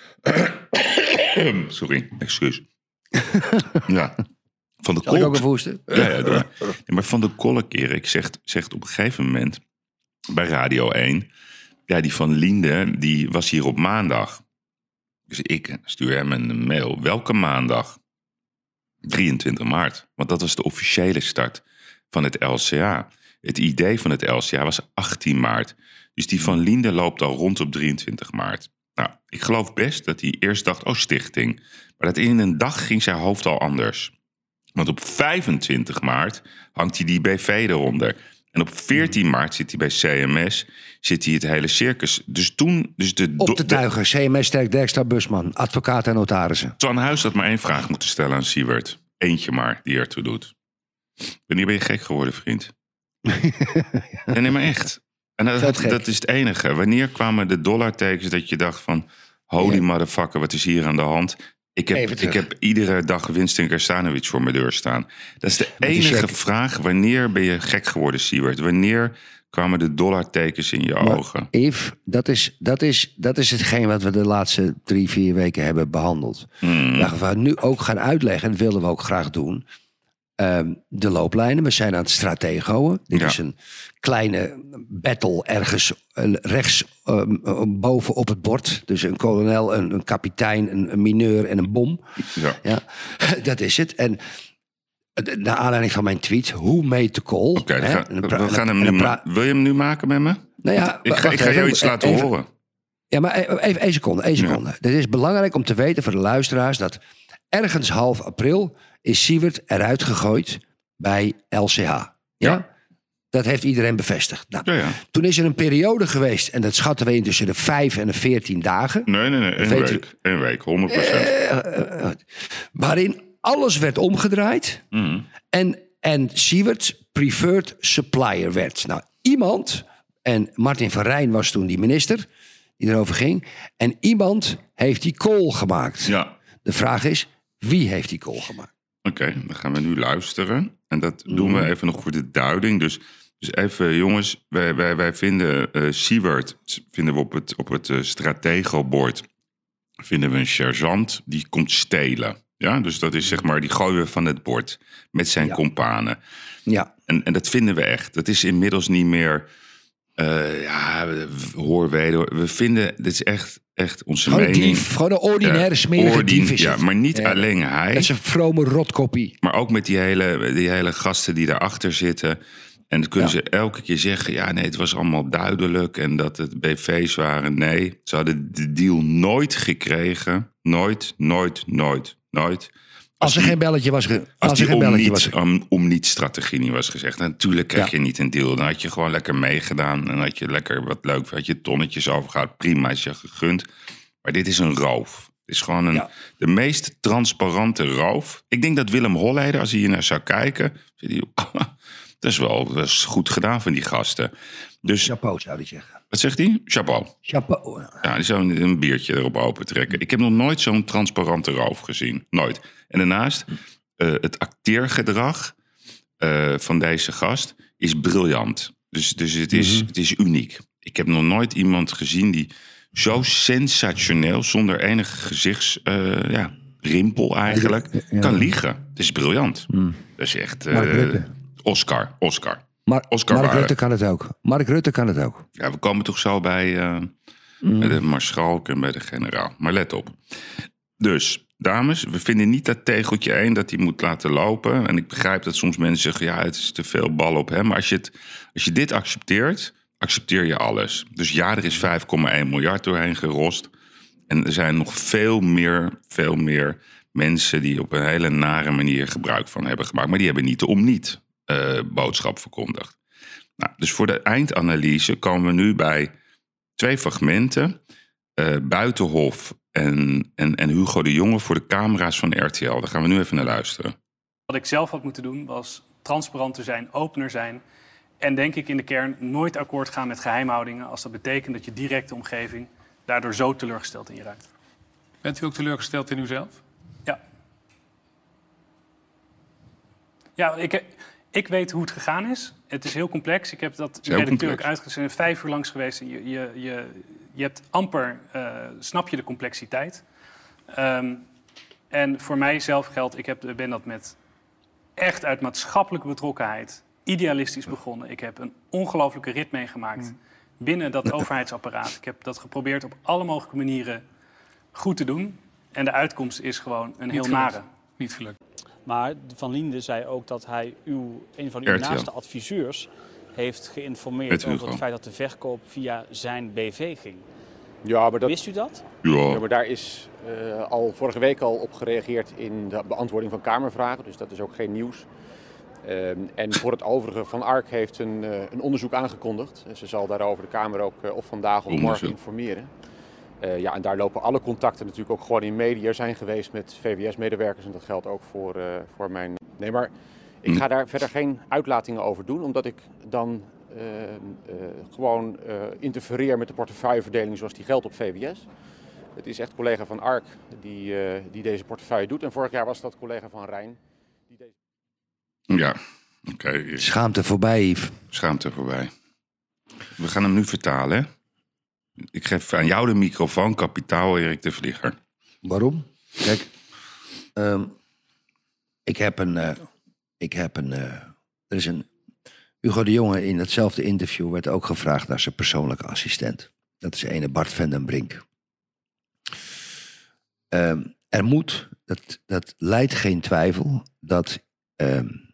Sorry, excuus. Ja. Van der Zal ik Kolk... ook even hoesten? Ja, ja, doe. Ja, maar Van der Kolk, Erik, zegt, zegt op een gegeven moment bij Radio één... Ja, die Van Liende, die was hier op maandag. Dus ik stuur hem een mail. Welke maandag? drieëntwintig maart. Want dat was de officiële start van het L C A. Het idee van het L C A was achttien maart. Dus die Van Liende loopt al rond op drieëntwintig maart. Nou, ik geloof best dat hij eerst dacht, oh, stichting. Maar dat in een dag ging zijn hoofd al anders. Want op vijfentwintig maart hangt hij die B V eronder. En op veertien maart zit hij bij C M S, zit hij het hele circus. Dus toen... Dus de, op de tuigen, C M S, Sterk, Dijkstra, Busman, advocaten en notarissen. Twan Huis had maar één vraag moeten stellen aan Siewert. Eentje maar, die ertoe doet. Wanneer ben je gek geworden, vriend? ja. Nee, maar echt. En dat, dat, dat is het enige. Wanneer kwamen de dollartekens dat je dacht van... Holy ja. motherfucker, wat is hier aan de hand? Ik heb, ik heb iedere dag Winston Kerstanovic voor mijn deur staan. Dat is de enige vraag. Wanneer ben je gek geworden, Siewert? Wanneer kwamen de dollartekens in je maar ogen? Yves, dat is, dat, is, dat is hetgeen wat we de laatste drie, vier weken hebben behandeld. Hmm. Dat we nu ook gaan uitleggen, en dat wilden we ook graag doen... Um, de looplijnen. We zijn aan het strategoen. Dit ja. is een kleine battle ergens uh, rechts um, uh, boven op het bord. Dus een kolonel, een, een kapitein, een, een mineur en een bom. Ja. Ja, dat is het. En uh, naar aanleiding van mijn tweet, hoe made the call? Oké, okay, pra- we gaan hem nu ma- wil je hem nu maken met me? Nou ja, ik ga, ik ga jou iets laten even, horen. Ja, maar even één seconde. Één seconde. Het is belangrijk om te weten voor de luisteraars... dat ergens half april is Siewert eruit gegooid bij L C H. Ja? Ja. Dat heeft iedereen bevestigd. Nou, Ja, ja. Toen is er een periode geweest... en dat schatten we in tussen de vijf en de veertien dagen... Nee, nee, nee. Eén weet week. Eén week, honderd procent. eh, eh, waarin alles werd omgedraaid... Mm. En, en Siewert preferred supplier werd. Nou, iemand, en Martin van Rijn was toen die minister die erover ging... en iemand heeft die call gemaakt. Ja. De vraag is, wie heeft die call gemaakt? Oké, okay, dan gaan we nu luisteren. En dat doen we even nog voor de duiding. Dus, dus even, jongens, wij, wij, wij vinden uh, Siewert... vinden we op het, op het uh, strategobord... vinden we een sergeant die komt stelen... Ja, dus dat is zeg maar, die gooien we van het bord met zijn Ja. companen. Ja. En, en dat vinden we echt. Dat is inmiddels niet meer, uh, ja, hoor weder. We vinden, dit is echt, echt onze Gewoon een mening. dief, gewoon een ordinaire Ja, smerige ordin- dief is Ja, het. maar niet Ja. alleen hij. Dat is een vrome rotkoppie. Maar ook met die hele, die hele gasten die daarachter zitten. En dan kunnen Ja. ze elke keer zeggen... ja, nee, het was allemaal duidelijk en dat het B V's waren. Nee, ze hadden de deal nooit gekregen. Nooit, nooit, nooit, nooit. Als er die- geen belletje was... Ge- Als, als er die geen om belletje niet, was... om, om niet strategie niet was gezegd. Natuurlijk kreeg Ja. je niet een deal. Dan had je gewoon lekker meegedaan. En had je lekker wat leuk. Had je tonnetjes overgehaald. Prima, is je gegund. Maar dit is een roof. Het is gewoon een, Ja. de meest transparante roof. Ik denk dat Willem Holleder, als hij hier naar zou kijken... Zit hij, dat is wel dat is goed gedaan van die gasten. Dus, Chapeau, zou ik zeggen. wat zegt hij? Chapeau. Chapeau. Ja, die zou een, een biertje erop open trekken. Ik heb nog nooit zo'n transparante roof gezien. Nooit. En daarnaast, uh, het acteergedrag uh, van deze gast is briljant. Dus, dus het, is, Mm-hmm. het is uniek. Ik heb nog nooit iemand gezien die zo sensationeel... zonder enige gezichtsrimpel uh, ja, rimpel eigenlijk, Ja, ja. kan liegen. Het is briljant. Mm. Dat is echt Mark uh, Rutte. Oscar. Oscar. Maar, Oscar Mark Waarde. Rutte kan het ook. Mark Rutte kan het ook. Ja, we komen toch zo bij, uh, Mm. bij de maarschalk en bij de generaal. Maar let op. Dus, dames, we vinden niet dat tegeltje één dat hij moet laten lopen. En ik begrijp dat soms mensen zeggen, ja, het is te veel bal op hem. Maar als je, het, als je dit accepteert, accepteer je alles. Dus ja, er is vijf komma één miljard doorheen gerost. En er zijn nog veel meer, veel meer mensen die op een hele nare manier gebruik van hebben gemaakt. Maar die hebben niet de om niet uh, boodschap verkondigd. Nou, dus voor de eindanalyse komen we nu bij twee fragmenten. Uh, Buitenhof en, en, en Hugo de Jonge voor de camera's van R T L. Daar gaan we nu even naar luisteren. Wat ik zelf had moeten doen was transparanter zijn, opener zijn. En denk ik in de kern nooit akkoord gaan met geheimhoudingen... als dat betekent dat je directe omgeving daardoor zo teleurgesteld in je raakt. Bent u ook teleurgesteld in uzelf? Ja. Ja, ik, ik weet hoe het gegaan is. Het is heel complex. Ik heb dat heel redacteur ook complex. uitgezet. Ik ben vijf uur langs geweest. Je, je, je, je hebt amper, uh, snap je de complexiteit. Um, en voor mijzelf geldt, ik heb, ben dat met echt uit maatschappelijke betrokkenheid... idealistisch begonnen. Ik heb een ongelofelijke rit meegemaakt mm. binnen dat overheidsapparaat. Ik heb dat geprobeerd op alle mogelijke manieren goed te doen. En de uitkomst is gewoon een heel Niet nare. Niet gelukt. Maar Van Liende zei ook dat hij uw, een van uw R T L. naaste adviseurs heeft geïnformeerd Weet u over gewoon. het feit dat de verkoop via zijn B V ging. Ja, maar dat, Wist u dat? Ja, ja, maar daar is uh, al vorige week al op gereageerd in de beantwoording van Kamervragen. Dus dat is ook geen nieuws. Um, en voor het overige, Van Ark heeft een, uh, een onderzoek aangekondigd. En ze zal daarover de Kamer ook uh, of vandaag of Onderzoek. morgen informeren. Uh, ja, en daar lopen alle contacten natuurlijk ook gewoon in media zijn geweest met V W S-medewerkers. En dat geldt ook voor, uh, voor mijn... Nee, maar ik ga daar verder geen uitlatingen over doen, omdat ik dan uh, uh, gewoon uh, interfereer met de portefeuilleverdeling zoals die geldt op V W S. Het is echt collega Van Ark die, uh, die deze portefeuille doet. En vorig jaar was dat collega Van Rijn. Die deze... ja. Oké. Okay. Schaamte voorbij, Yves. Schaamte voorbij. We gaan hem nu vertalen, hè? Ik geef aan jou de microfoon, kapitaal Erik de Vlieger. Waarom? Kijk, um, ik heb een... Uh, ik heb een... Uh, er is een... Hugo de Jonge in hetzelfde interview werd ook gevraagd naar zijn persoonlijke assistent. Dat is ene Bart van den Brink. Um, er moet, dat, dat leidt geen twijfel, dat um,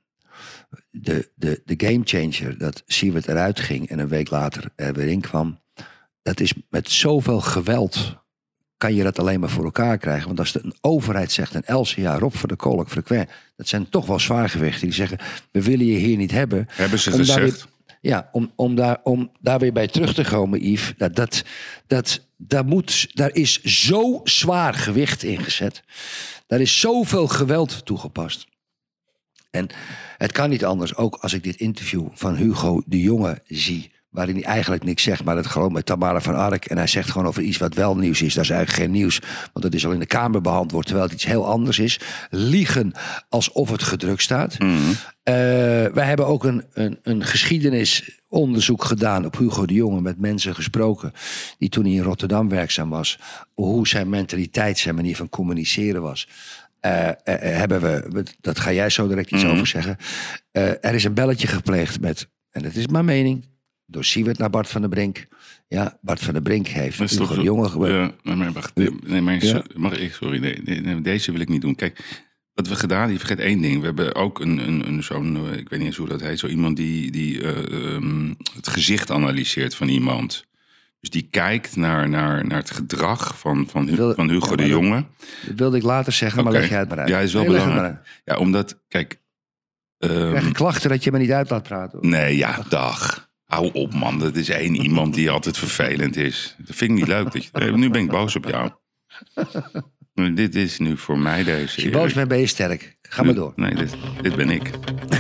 de, de, de gamechanger, dat Siewert eruit ging en een week later er weer in kwam, dat is met zoveel geweld kan je dat alleen maar voor elkaar krijgen. Want als een overheid zegt, een L C A, Rob van der Kolk, frequent, dat zijn toch wel zwaargewichten die zeggen, we willen je hier niet hebben. Hebben ze om gezegd? Daar weer, ja, om, om, daar, om daar weer bij terug te komen, Yves. Dat, dat, dat, daar, moet, daar is zo zwaar gewicht in gezet. Daar is zoveel geweld toegepast. En het kan niet anders, ook als ik dit interview van Hugo de Jonge zie, waarin hij eigenlijk niks zegt, maar het gewoon met Tamara van Ark. En hij zegt gewoon over iets wat wel nieuws is. Dat is eigenlijk geen nieuws, want dat is al in de Kamer behandeld, terwijl het iets heel anders is. Liegen alsof het gedrukt staat. Mm-hmm. Uh, wij hebben ook een, een, een geschiedenisonderzoek gedaan op Hugo de Jonge, met mensen gesproken die toen hij in Rotterdam werkzaam was, hoe zijn mentaliteit, zijn manier van communiceren was. Uh, uh, hebben we, dat ga jij zo direct iets mm-hmm. over zeggen. Uh, er is een belletje gepleegd met, en dat is mijn mening, door Siewert naar Bart van der Brink. Ja, Bart van der Brink heeft Hugo toch de Jonge gebeurd. Ja, maar wacht. Nee, maar ja. mag ik, sorry, nee, nee, nee, deze wil ik niet doen. Kijk, wat we gedaan, je vergeet één ding. We hebben ook een, een, een zo'n, ik weet niet eens hoe dat heet, zo iemand die, die uh, um, het gezicht analyseert van iemand. Dus die kijkt naar, naar, naar het gedrag van, van, wilde, van Hugo ja, de Jonge. Dat wilde ik later zeggen, okay. Maar leg jij het maar uit. Ja, is wel nee, belangrijk. Ja, omdat, kijk... Um, krijg je klachten dat je me niet uit laat praten? Hoor. Nee, ja, dag. Hou op, man. Dat is één iemand die altijd vervelend is. Dat vind ik niet leuk. Dat je, nu ben ik boos op jou. Dit is nu voor mij deze... Als je boos bent, ben je sterk. Ga nu, maar door. Nee, dit, dit ben ik.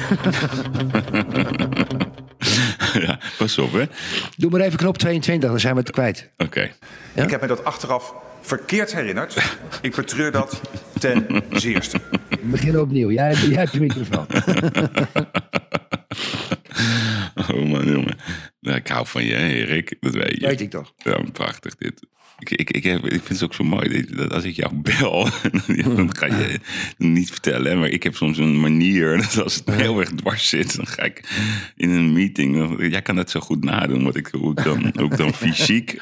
Ja, pas op, hè. Doe maar even knop tweeëntwintig, dan zijn we het kwijt. Oké. Okay. Ja? Ik heb me dat achteraf verkeerd herinnerd. Ik betreur dat ten zeerste. We beginnen opnieuw. Jij, jij hebt de microfoon. Oh man, jongen. Nou, ik hou van je, Erik. Dat weet je. Weet ik toch. Ja, prachtig dit. Ik, ik, ik, heb, ik vind het ook zo mooi dat als ik jou bel, dan ga je niet vertellen. Maar ik heb soms een manier dat als het heel erg dwars zit, dan ga ik in een meeting. Jij kan het zo goed nadoen, wat ik, hoe ik dan, ook dan fysiek.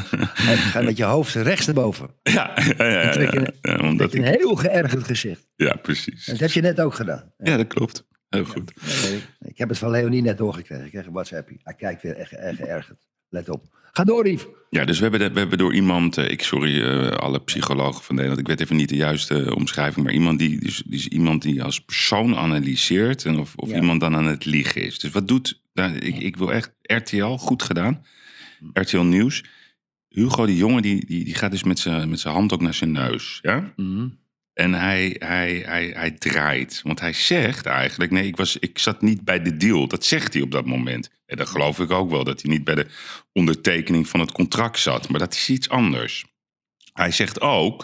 Ga met je hoofd rechts naar boven. Ja, ja, ja. ja, ja, ja, ja omdat ik... een heel geërgerd gezicht. Ja, precies. En dat heb je net ook gedaan. Ja, ja dat klopt. Heel goed. Ja, ik, ik heb het van Leonie net doorgekregen. Ik kreeg een WhatsAppie. Hij kijkt weer echt, echt geërgerd. Let op. Ga door, Yves. Ja, dus we hebben, de, we hebben door iemand... Uh, ik sorry, uh, alle psychologen van Nederland. Ik weet even niet de juiste uh, omschrijving. Maar iemand die, dus, die is iemand die als persoon analyseert. En of, of ja. iemand dan aan het liegen is. Dus wat doet... Nou, ik, ik wil echt... R T L, goed gedaan. R T L Nieuws. Hugo, die jongen, die, die, die gaat dus met zijn met zijn hand ook naar zijn neus. Ja? Mm-hmm. En hij, hij, hij, hij draait. Want hij zegt eigenlijk... Nee, ik, was, ik zat niet bij de deal. Dat zegt hij op dat moment. En dat geloof ik ook wel. Dat hij niet bij de ondertekening van het contract zat. Maar dat is iets anders. Hij zegt ook...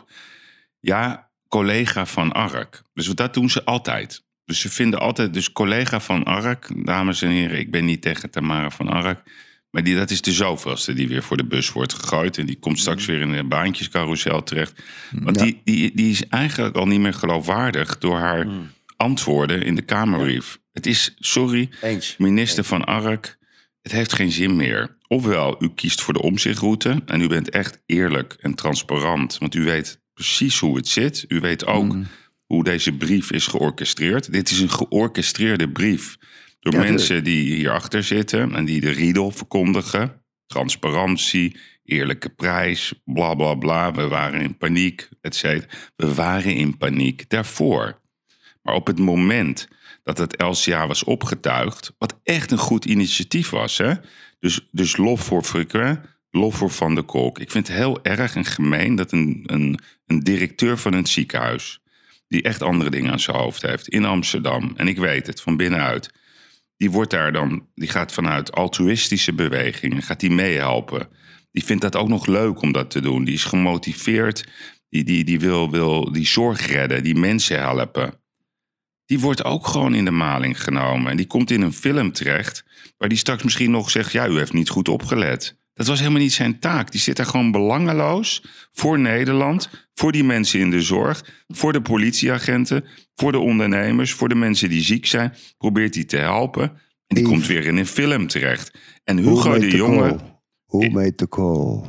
Ja, collega van Ark. Dus dat doen ze altijd. Dus ze vinden altijd... Dus collega van Ark... Dames en heren, ik ben niet tegen Tamara van Ark... Maar die, dat is de zoveelste die weer voor de bus wordt gegooid. En die komt straks weer in een baantjescarousel terecht. Want ja. die, die, die is eigenlijk al niet meer geloofwaardig... door haar mm. antwoorden in de Kamerbrief. Ja. Het is, sorry, Eens. minister Eens. van Ark... het heeft geen zin meer. Ofwel, u kiest voor de omzichtroute... en u bent echt eerlijk en transparant. Want u weet precies hoe het zit. U weet ook mm. hoe deze brief is georchestreerd. Dit is een georchestreerde brief... Door ja, mensen die hierachter zitten en die de riedel verkondigen. Transparantie, eerlijke prijs, bla bla bla. We waren in paniek, et cetera. We waren in paniek daarvoor. Maar op het moment dat het L C A was opgetuigd... wat echt een goed initiatief was. Hè? Dus, dus lof voor Frequent, lof voor Van der Kolk. Ik vind het heel erg en gemeen dat een, een, een directeur van een ziekenhuis... die echt andere dingen aan zijn hoofd heeft in Amsterdam... en ik weet het van binnenuit... Die wordt daar dan, die gaat vanuit altruïstische bewegingen, gaat die meehelpen. Die vindt dat ook nog leuk om dat te doen. Die is gemotiveerd, die, die, die wil, wil die zorg redden, die mensen helpen. Die wordt ook gewoon in de maling genomen. En die komt in een film terecht, waar die straks misschien nog zegt... ja, u heeft niet goed opgelet. Dat was helemaal niet zijn taak. Die zit daar gewoon belangeloos voor Nederland... voor die mensen in de zorg, voor de politieagenten... voor de ondernemers, voor de mensen die ziek zijn... probeert hij te helpen. En die Yves. komt weer in een film terecht. En Hugo de Jonge... Who made the call?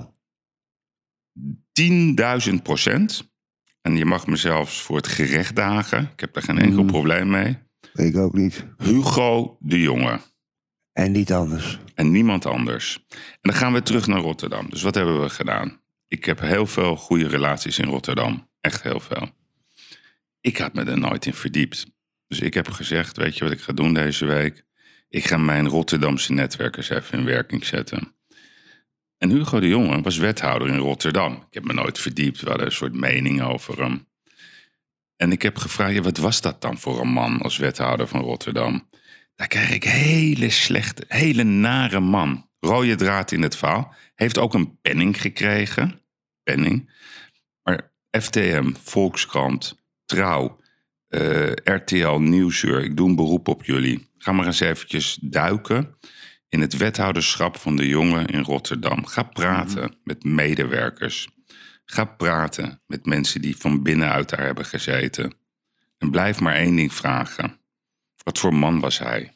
tienduizend procent. En je mag me zelfs voor het gerecht dagen. Ik heb daar geen enkel mm. probleem mee. Ik ook niet. Hugo de Jonge. En niet anders. En niemand anders. En dan gaan we terug naar Rotterdam. Dus wat hebben we gedaan? Ik heb heel veel goede relaties in Rotterdam. Echt heel veel. Ik had me er nooit in verdiept. Dus ik heb gezegd, weet je wat ik ga doen deze week? Ik ga mijn Rotterdamse netwerkers even in werking zetten. En Hugo de Jonge was wethouder in Rotterdam. Ik heb me nooit verdiept. We hadden een soort mening over hem. En ik heb gevraagd, ja, wat was dat dan voor een man als wethouder van Rotterdam? Daar krijg ik hele slechte, hele nare man. Rode draad in het verhaal. Heeft ook een penning gekregen. Penning. Maar F T M, Volkskrant, Trouw, uh, R T L Nieuwsuur. Ik doe een beroep op jullie. Ga maar eens eventjes duiken in het wethouderschap van de Jonge in Rotterdam. Ga praten mm-hmm. met medewerkers. Ga praten met mensen die van binnenuit daar hebben gezeten. En blijf maar één ding vragen. Wat voor man was hij?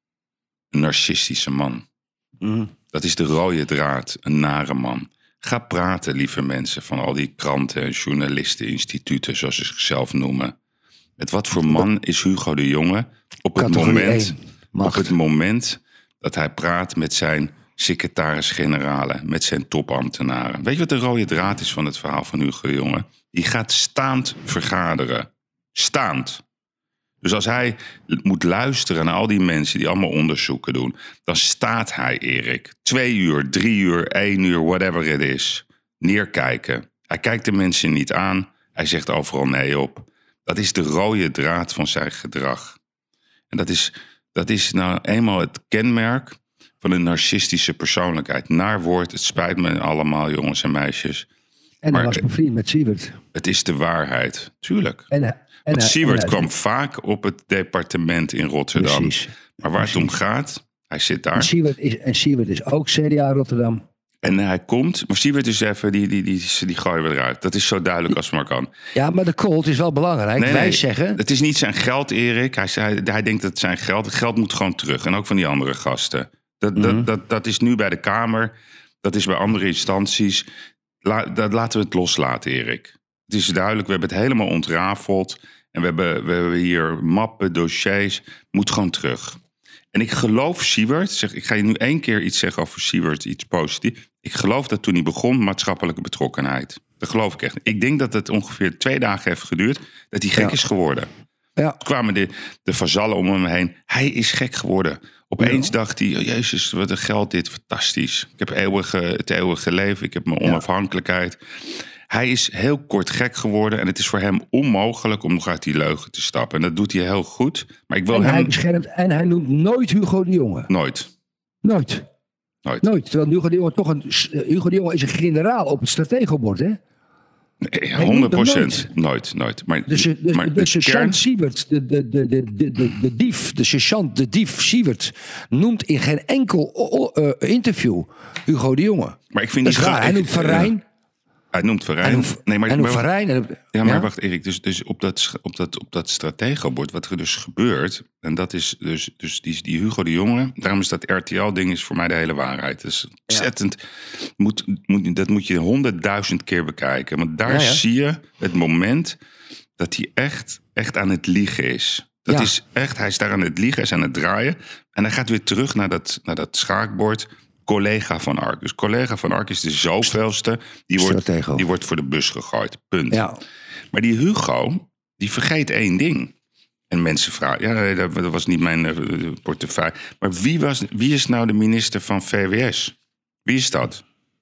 Een narcistische man. Mm. Dat is de rode draad, een nare man. Ga praten, lieve mensen, van al die kranten en journalisten, instituten, zoals ze zichzelf noemen. Met wat voor man is Hugo de Jonge op het moment, op het moment dat hij praat met zijn secretaris-generalen, met zijn topambtenaren. Weet je wat de rode draad is van het verhaal van Hugo de Jonge? Die gaat staand vergaderen. Staand. Dus als hij moet luisteren naar al die mensen die allemaal onderzoeken doen, dan staat hij, Erik, twee uur, drie uur, één uur, whatever het is, neerkijken. Hij kijkt de mensen niet aan. Hij zegt overal nee op. Dat is de rode draad van zijn gedrag. En dat is, dat is nou eenmaal het kenmerk van een narcistische persoonlijkheid. Naar woord, het spijt me allemaal, jongens en meisjes. En hij was bevriend met Siewert. Het is de waarheid, tuurlijk. En, en, Want Siewert en, kwam vaak op het departement in Rotterdam. Precies. Maar waar precies. het om gaat, hij zit daar. En Siewert is, en Siewert is ook C D A Rotterdam. En hij komt, maar Siewert is even, die, die, die, die, die gooien we eruit. Dat is zo duidelijk als het maar kan. Ja, maar de Colt is wel belangrijk. Nee, Wij nee, zeggen... Het is niet zijn geld, Erik. Hij, hij, hij denkt dat het zijn geld. Het geld moet gewoon terug. En ook van die andere gasten. Dat, mm-hmm. dat, dat, dat is nu bij de Kamer. Dat is bij andere instanties. La, dat laten we het loslaten, Erik. Het is duidelijk, we hebben het helemaal ontrafeld. En we hebben, we hebben hier mappen, dossiers. Moet gewoon terug. En ik geloof Siewert, zeg, ik ga je nu één keer iets zeggen over Siewert, iets positiefs. Ik geloof dat toen hij begon, maatschappelijke betrokkenheid. Dat geloof ik echt. Ik denk dat het ongeveer twee dagen heeft geduurd, dat hij gek ja. is geworden. Ja. Toen kwamen de, de vazallen om hem heen. Hij is gek geworden. Opeens ja. dacht hij, oh jezus, wat een geld dit, fantastisch. Ik heb eeuwige, het eeuwige leven, ik heb mijn onafhankelijkheid. Ja. Hij is heel kort gek geworden en het is voor hem onmogelijk om nog uit die leugen te stappen. En dat doet hij heel goed. Maar ik wil en hem... hij beschermt en hij noemt nooit Hugo de Jonge. Nooit. Nooit. Nooit. Nooit. Terwijl Hugo de Jonge toch een... Hugo de Jonge is een generaal op het strategenbord, hè? Nee, honderd procent. Nooit, nooit. Maar, dus de, maar de, de sergeant kern... Siewert, de, de, de, de, de, de dief, de sergeant, de dief Siewert, noemt in geen enkel uh, interview Hugo de Jonge. Maar ik vind dat die is waar. Hij noemt Van Rijn. Uh, Hij noemt Van Rijn. Hij noemt, nee, maar, hij noemt maar, Van Rijn. En, ja, maar ja? wacht Erik. Dus, dus op dat, op dat, op dat strategenbord, wat er dus gebeurt. En dat is dus, dus die, die Hugo de Jonge. Daarom is dat R T L-ding is voor mij de hele waarheid. Dus ontzettend. Ja. Moet, moet, dat moet je honderdduizend keer bekijken. Want daar ja, ja. zie je het moment dat hij echt, echt aan het liegen is. Dat ja. is echt, hij is daar aan het liegen, hij is aan het draaien. En hij gaat weer terug naar dat, naar dat schaakbord. Collega van Ark. Dus collega van Ark is de zoveelste. Die wordt, die wordt voor de bus gegooid. Punt. Ja. Maar die Hugo, die vergeet één ding. En mensen vragen, ja, dat was niet mijn uh, portefeuille. Maar wie, was, wie is nou de minister van V W S? Wie is dat?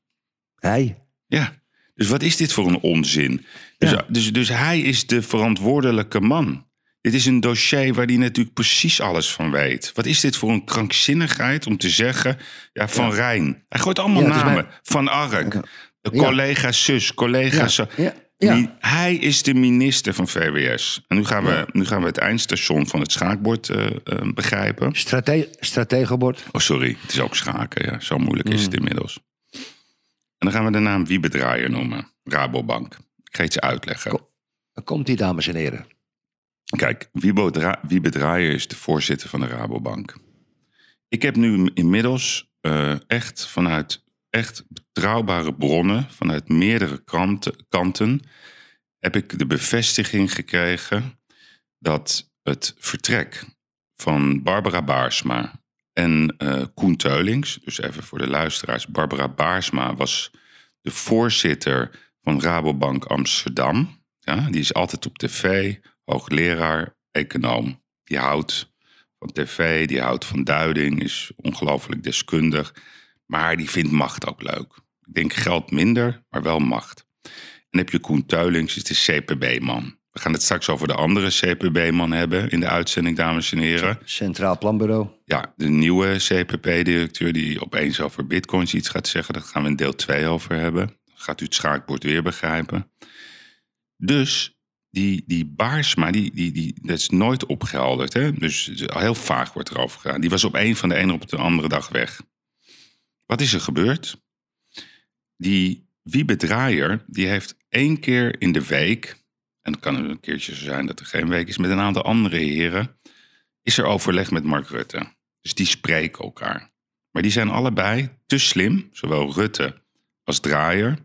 Hij. Ja. Dus wat is dit voor een onzin? Dus, ja. dus, dus hij is de verantwoordelijke man. Dit is een dossier waar hij natuurlijk precies alles van weet. Wat is dit voor een krankzinnigheid om te zeggen... Ja, Van ja. Rijn. Hij gooit allemaal ja, namen. Mijn... Van Ark. Ja. Collega zus, collega ja. zo. Ja. Ja. Hij is de minister van V W S. En nu gaan we, ja. nu gaan we het eindstation van het schaakbord uh, uh, begrijpen. Strate- strategenbord. Oh, sorry. Het is ook schaken. Ja. Zo moeilijk is mm. het inmiddels. En dan gaan we de naam Wiebedraaier noemen. Rabobank. Ik ga iets uitleggen. Kom, dan komt die, dames en heren. Kijk, Wiebe Draaier is de voorzitter van de Rabobank. Ik heb nu inmiddels uh, echt vanuit echt betrouwbare bronnen, vanuit meerdere kanten, kanten, heb ik de bevestiging gekregen dat het vertrek van Barbara Baarsma En uh, Koen Teulings, dus even voor de luisteraars. Barbara Baarsma was de voorzitter van Rabobank Amsterdam. Ja, die is altijd op tv, hoogleraar, econoom. Die houdt van tv, die houdt van duiding, is ongelooflijk deskundig. Maar die vindt macht ook leuk. Ik denk geld minder, maar wel macht. En dan heb je Koen Teulings, is de C P B-man. We gaan het straks over de andere C P B-man hebben in de uitzending, dames en heren. Centraal Planbureau. Ja, de nieuwe C P B-directeur die opeens over bitcoins iets gaat zeggen. Daar gaan we in deel twee over hebben. Dan gaat u het schaakbord weer begrijpen. Dus die, die Baarsma, die, die, die, dat is nooit opgehelderd. Hè? Dus heel vaag wordt erover gedaan. Die was op een van de ene op de andere dag weg. Wat is er gebeurd? Die Wiebe Draaier, die heeft één keer in de week... en het kan een keertje zo zijn dat er geen week is... met een aantal andere heren... is er overleg met Mark Rutte. Dus die spreken elkaar. Maar die zijn allebei te slim, zowel Rutte als Draaier...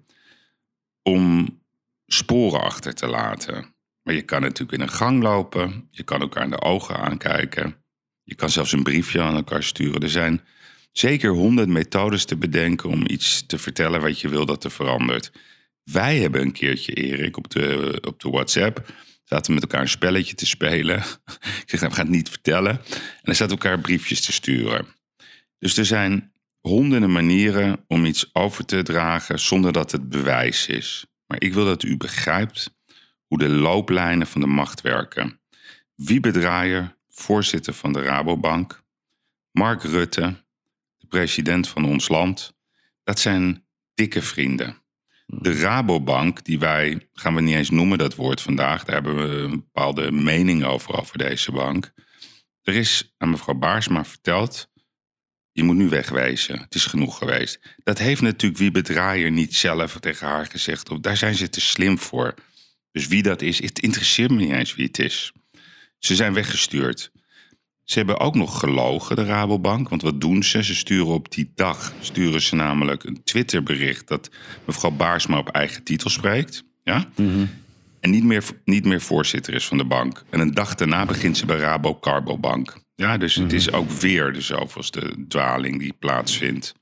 om sporen achter te laten. Maar je kan natuurlijk in een gang lopen. Je kan elkaar in de ogen aankijken. Je kan zelfs een briefje aan elkaar sturen. Er zijn zeker honderd methodes te bedenken... om iets te vertellen wat je wil dat er verandert... Wij hebben een keertje, Erik, op de, op de WhatsApp... zaten met elkaar een spelletje te spelen. Ik zeg, nou, we gaan het niet vertellen. En dan zaten elkaar briefjes te sturen. Dus er zijn honderden manieren om iets over te dragen... zonder dat het bewijs is. Maar ik wil dat u begrijpt hoe de looplijnen van de macht werken. Wiebe Draaier, voorzitter van de Rabobank... Mark Rutte, de president van ons land... dat zijn dikke vrienden... De Rabobank, die wij, gaan we niet eens noemen dat woord vandaag... daar hebben we een bepaalde mening over, over deze bank. Er is aan mevrouw Baarsma verteld... je moet nu wegwezen, het is genoeg geweest. Dat heeft natuurlijk Wiebe Draaier niet zelf tegen haar gezegd... of daar zijn ze te slim voor. Dus wie dat is, het interesseert me niet eens wie het is. Ze zijn weggestuurd. Ze hebben ook nog gelogen, de Rabobank. Want wat doen ze? Ze sturen op die dag sturen ze namelijk een Twitterbericht... dat mevrouw Baarsma op eigen titel spreekt. Ja? Mm-hmm. En niet meer, niet meer voorzitter is van de bank. En een dag daarna begint ze bij Rabo Carbobank. Ja, dus mm-hmm. Het is ook weer de zoveelste dwaling die plaatsvindt.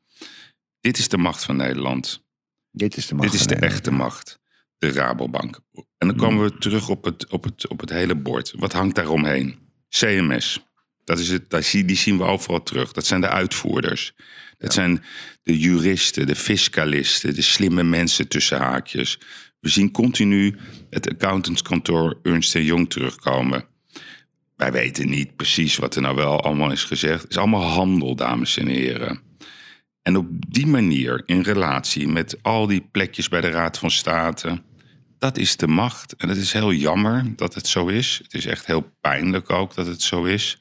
Dit is de macht van Nederland. Dit is de macht Dit is de echte macht. De Rabobank. En dan komen we terug op het, op het, op het hele bord. Wat hangt daaromheen? C M S. Dat is het, die zien we overal terug. Dat zijn de uitvoerders. Dat ja. zijn de juristen, de fiscalisten, de slimme mensen tussen haakjes. We zien continu het accountantskantoor Ernst en Young terugkomen. Wij weten niet precies wat er nou wel allemaal is gezegd. Het is allemaal handel, dames en heren. En op die manier, in relatie met al die plekjes bij de Raad van State... dat is de macht. En het is heel jammer dat het zo is. Het is echt heel pijnlijk ook dat het zo is...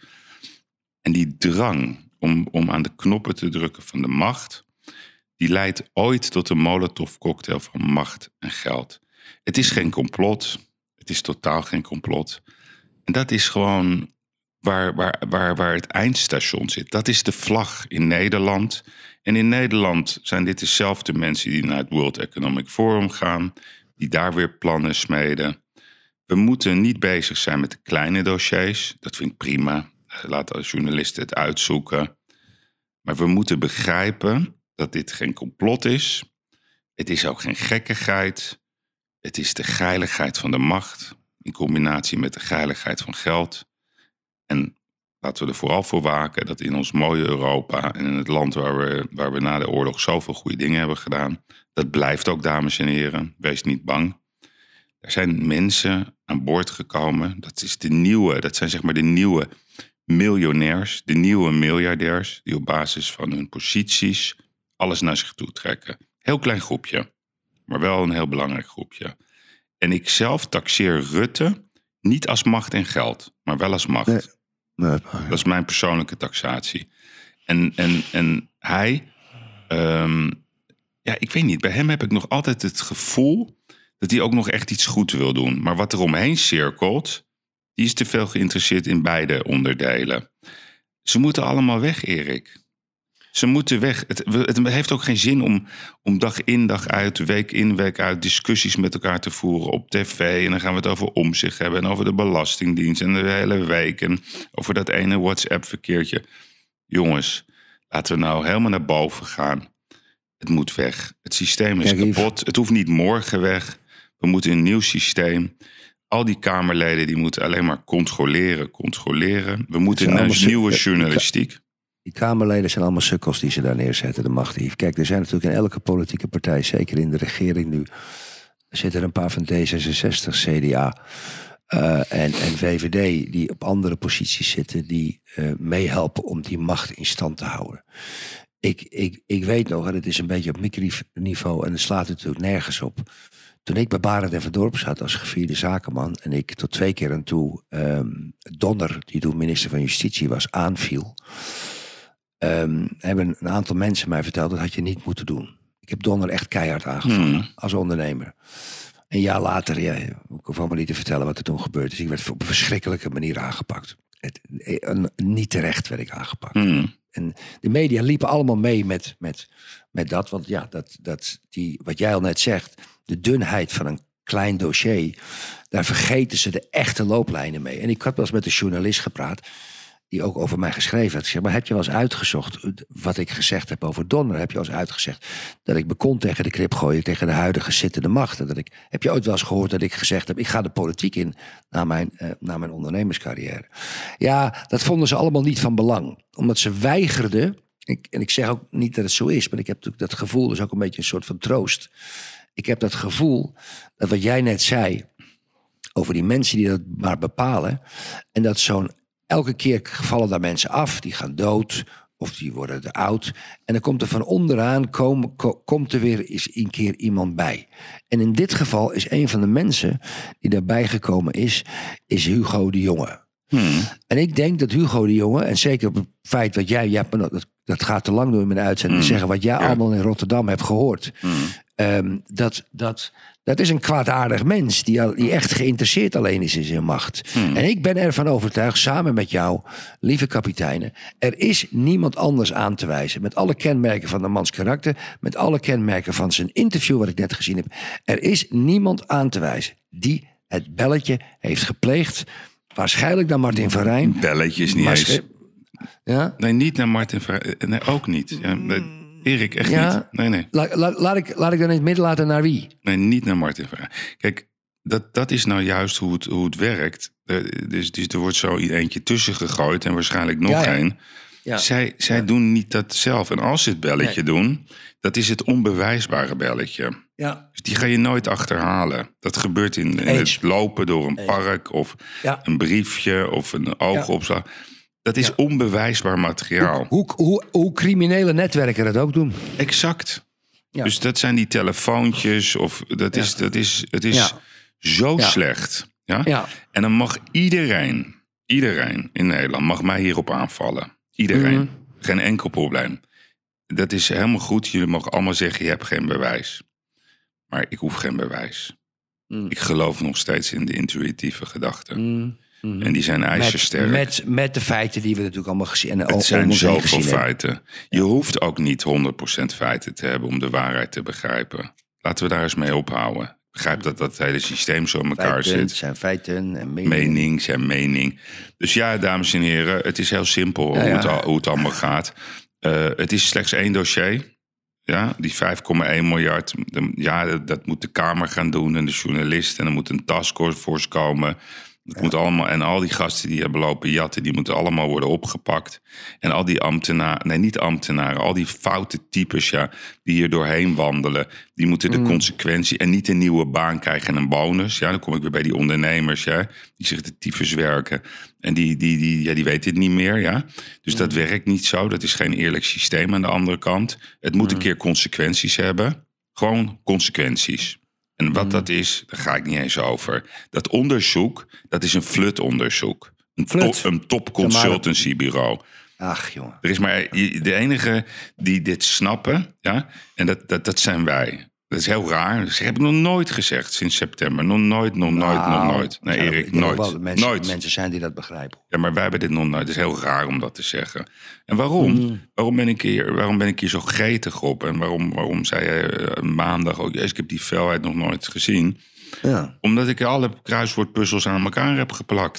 En die drang om, om aan de knoppen te drukken van de macht... die leidt ooit tot een Molotov-cocktail van macht en geld. Het is geen complot. Het is totaal geen complot. En dat is gewoon waar, waar, waar, waar het eindstation zit. Dat is de vlag in Nederland. En in Nederland zijn dit dezelfde mensen die naar het World Economic Forum gaan... die daar weer plannen smeden. We moeten niet bezig zijn met de kleine dossiers. Dat vind ik prima. Laat als journalisten het uitzoeken. Maar we moeten begrijpen dat dit geen complot is. Het is ook geen gekkigheid. Het is de geiligheid van de macht... in combinatie met de geiligheid van geld. En laten we er vooral voor waken... dat in ons mooie Europa... en in het land waar we, waar we na de oorlog... zoveel goede dingen hebben gedaan... dat blijft ook, dames en heren. Wees niet bang. Er zijn mensen aan boord gekomen. Dat is de nieuwe... dat zijn zeg maar de nieuwe... miljonairs, de nieuwe miljardairs... die op basis van hun posities alles naar zich toe trekken. Heel klein groepje, maar wel een heel belangrijk groepje. En ik zelf taxeer Rutte niet als macht en geld, maar wel als macht. Nee. Nee, dat is mijn persoonlijke taxatie. En, en, en hij, um, ja, ik weet niet, bij hem heb ik nog altijd het gevoel... dat hij ook nog echt iets goed wil doen. Maar wat er omheen cirkelt... die is te veel geïnteresseerd in beide onderdelen. Ze moeten allemaal weg, Erik. Ze moeten weg. Het, het heeft ook geen zin om, om dag in, dag uit, week in, week uit... discussies met elkaar te voeren op tv. En dan gaan we het over Omtzigt hebben... en over de Belastingdienst en de hele week... en over dat ene WhatsApp-verkeertje. jongens, laten we nou helemaal naar boven gaan. Het moet weg. Het systeem is Kijk, kapot. Het hoeft niet morgen weg. We moeten een nieuw systeem. Al die Kamerleden die moeten alleen maar controleren, controleren. We moeten naar een nieuwe journalistiek. Die Kamerleden zijn allemaal sukkels die ze daar neerzetten, de macht heeft. Kijk, er zijn natuurlijk in elke politieke partij, zeker in de regering nu, er zitten een paar van D zesenzestig, C D A uh, en, en V V D die op andere posities zitten, die uh, meehelpen om die macht in stand te houden. Ik, ik, ik weet nog, en het is een beetje op microniveau en het slaat natuurlijk nergens op. Toen ik bij Barend en Verdorp zat als gevierde zakenman en ik tot twee keer aan toe um, Donner, die toen minister van Justitie was, aanviel, um, hebben een aantal mensen mij verteld dat had je niet moeten doen. Ik heb Donner echt keihard aangevallen hmm. als ondernemer. Een jaar later, ja, ik hoef allemaal niet te vertellen wat er toen gebeurd is. Ik werd op een verschrikkelijke manier aangepakt. Het, een, niet terecht werd ik aangepakt. Hmm. En de media liepen allemaal mee met, met, met dat. Want ja, dat, dat die, wat jij al net zegt, de dunheid van een klein dossier, daar vergeten ze de echte looplijnen mee. En ik had wel eens met een journalist gepraat, die ook over mij geschreven had. Ik zeg, maar heb je wel eens uitgezocht wat ik gezegd heb over Donner? Heb je wel eens uitgezegd dat ik me kon tegen de krip gooien, tegen de huidige zittende macht? Dat ik, heb je ooit wel eens gehoord dat ik gezegd heb, ik ga de politiek in na mijn, uh, na mijn ondernemerscarrière? Ja, dat vonden ze allemaal niet van belang. Omdat ze weigerden, ik, en ik zeg ook niet dat het zo is, maar ik heb natuurlijk dat gevoel, dat is ook een beetje een soort van troost. Ik heb dat gevoel dat wat jij net zei over die mensen die dat maar bepalen, en dat zo'n elke keer vallen daar mensen af, die gaan dood of die worden te oud. En dan komt er van onderaan, kom, kom, komt er weer eens een keer iemand bij. En in dit geval is een van de mensen die daarbij gekomen is, is Hugo de Jonge. Hmm. En ik denk dat Hugo de Jonge, en zeker op het feit wat jij, jij dat, dat gaat te lang door in mijn uitzending, hmm. zeggen wat jij ja. allemaal in Rotterdam hebt gehoord. Hmm. Um, dat, dat, dat is een kwaadaardig mens die, al, die echt geïnteresseerd alleen is in zijn macht. Hmm. En ik ben ervan overtuigd, samen met jou, lieve kapiteinen, er is niemand anders aan te wijzen. Met alle kenmerken van de mans karakter, met alle kenmerken van zijn interview wat ik net gezien heb. Er is niemand aan te wijzen die het belletje heeft gepleegd. Waarschijnlijk naar Martin van Rijn. Belletje is niet Waarsch- eens. Ja? Nee, niet naar Martin van Rijn. Nee, ook niet. Ja, Erik, echt ja, niet. Nee, nee. La, la, laat, ik, laat ik dan in het midden laten naar wie? Nee, niet naar Martin van Rijn. Kijk, dat, dat is nou juist hoe het, hoe het werkt. Er, dus, dus er wordt zo eentje tussen gegooid en waarschijnlijk nog ja, ja. één. Ja. Zij, zij ja. doen niet dat zelf. En als ze het belletje nee. doen, dat is het onbewijsbare belletje. Ja. Dus die ga je nooit achterhalen. Dat gebeurt in, in het lopen door een Eens. park of ja. een briefje of een oogopslag. Ja. Dat is ja. onbewijsbaar materiaal. Hoe, hoe, hoe, hoe criminele netwerken dat ook doen. Exact. Ja. Dus dat zijn die telefoontjes. Of dat is, ja. dat is, het is ja. zo ja. slecht. Ja? Ja. En dan mag iedereen, iedereen in Nederland mag mij hierop aanvallen. Iedereen. Mm-hmm. Geen enkel probleem. Dat is helemaal goed. Jullie mogen allemaal zeggen, je hebt geen bewijs. Maar ik hoef geen bewijs. Mm. Ik geloof nog steeds in de intuïtieve gedachten. Mm. Mm-hmm. En die zijn ijzersterk. Met, met, met de feiten die we natuurlijk allemaal gezien hebben. Het zijn zoveel feiten. Hebben. Je hoeft ook niet honderd procent feiten te hebben om de waarheid te begrijpen. Laten we daar eens mee ophouden. Ik begrijp dat dat hele systeem zo in elkaar feiten, zit. zijn feiten en mening. Mening zijn mening. Dus ja, dames en heren, het is heel simpel ja, hoe, het, ja. hoe het allemaal gaat. Uh, het is slechts één dossier. Ja, die vijf komma één miljard. Ja, dat, dat moet de Kamer gaan doen en de journalist. En er moet een taskforce komen. Het ja. moet allemaal, en al die gasten die hebben lopen jatten, die moeten allemaal worden opgepakt. En al die ambtenaren, nee niet ambtenaren, al die foute types ja, die hier doorheen wandelen, die moeten de mm. consequentie en niet een nieuwe baan krijgen en een bonus. Ja, dan kom ik weer bij die ondernemers, ja, die zich de tyfus werken. En die, die, die, ja, die weten het niet meer, ja. Dus mm. dat werkt niet zo, dat is geen eerlijk systeem aan de andere kant. Het moet mm. een keer consequenties hebben. Gewoon consequenties. En wat mm. dat is, daar ga ik niet eens over. Dat onderzoek, dat is een flutonderzoek. Een, Flut. to, een top consultancybureau. Ach, jongen. Er is maar de enige die dit snappen, ja, en dat, dat, dat zijn wij. Dat is heel raar. Dat heb ik nog nooit gezegd sinds september. Nog nooit, nog nou, nooit, nog nooit. Nee, Erik, nooit. Wel mensen, nooit. Mensen zijn die dat begrijpen. Ja, maar wij hebben dit nog nooit. Het is heel raar om dat te zeggen. En waarom? Mm. Waarom, ben ik hier, waarom ben ik hier zo gretig op? En waarom, waarom zei je uh, maandag ook, ik heb die felheid nog nooit gezien? Ja. Omdat ik alle kruiswoordpuzzels aan elkaar heb geplakt.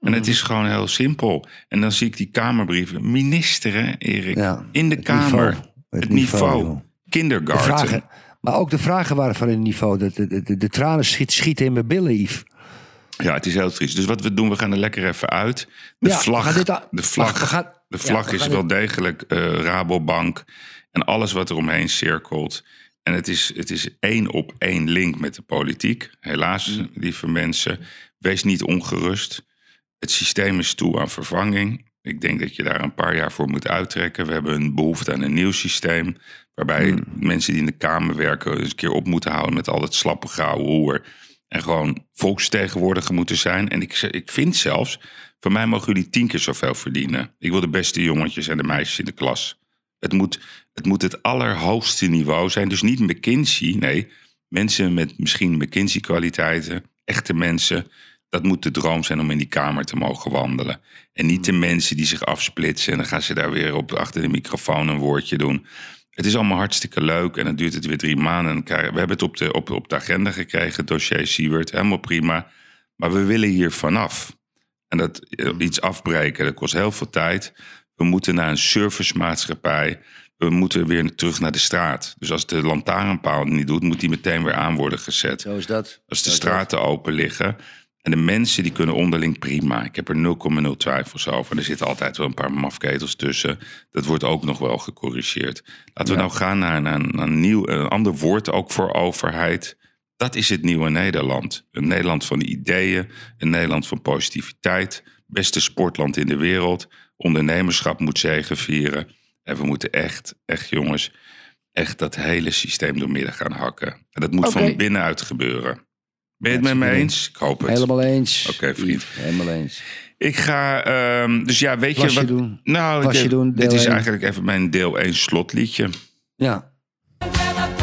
En het is gewoon heel simpel. En dan zie ik die Kamerbrieven. Minister, hè, Erik? Ja, in de het Kamer. niveau. Het, Het niveau. niveau, De Kindergarten. vragen, maar ook de vragen waren van het niveau. De, de, de, de, de tranen schiet, schieten in mijn billen, Yves. Ja, het is heel triest. Dus wat we doen, we gaan er lekker even uit. De Ja, we vlag, gaan dit a- de vlag, wacht, we gaan- de ja, vlag we is gaan wel dit- degelijk eh, Rabobank. En alles wat er omheen cirkelt. En het is, het is één op één link met de politiek. Helaas, Mm. lieve mensen. Wees niet ongerust. Het systeem is toe aan vervanging. Ik denk dat je daar een paar jaar voor moet uittrekken. We hebben een behoefte aan een nieuw systeem. Waarbij Mm. mensen die in de Kamer werken eens een keer op moeten houden met al het slappe grauwe hoer. En gewoon volksvertegenwoordiger moeten zijn. En ik, ik vind zelfs, van mij mogen jullie tien keer zoveel verdienen. Ik wil de beste jongetjes en de meisjes in de klas. Het moet het, moet het allerhoogste niveau zijn. Dus niet McKinsey, nee. Mensen met misschien McKinsey-kwaliteiten, echte mensen. Dat moet de droom zijn om in die Kamer te mogen wandelen. En niet de mensen die zich afsplitsen. En dan gaan ze daar weer op achter de microfoon een woordje doen. Het is allemaal hartstikke leuk. En dan duurt het weer drie maanden. En dan krijgen, we hebben het op de, op, op de agenda gekregen, het dossier Siewert. Helemaal prima. Maar we willen hier vanaf. En dat iets afbreken, dat kost heel veel tijd. We moeten naar een servicemaatschappij. We moeten weer terug naar de straat. Dus als de lantaarnpaal het niet doet, moet die meteen weer aan worden gezet. Zo is dat. Als de Zo is straten open liggen. En de mensen die kunnen onderling prima. Ik heb er nul komma nul twijfels over. Er zitten altijd wel een paar mafketels tussen. Dat wordt ook nog wel gecorrigeerd. Laten we Ja. nou gaan naar, naar, naar een, nieuw, een ander woord ook voor overheid. Dat is het nieuwe Nederland. Een Nederland van ideeën. Een Nederland van positiviteit. Beste sportland in de wereld. Ondernemerschap moet zegevieren. En we moeten echt, echt jongens, echt dat hele systeem doormidden gaan hakken. En dat moet Oké. van binnenuit gebeuren. Ben je het met me eens? Ik hoop het. Helemaal eens. Oké, vriend. Yves, helemaal eens. Ik ga, ehm, dus ja, weet Wasje je wat? doen. Nou, Wasje ik- doen, dit deel is één. eigenlijk even mijn deel één slotliedje. Ja. Dat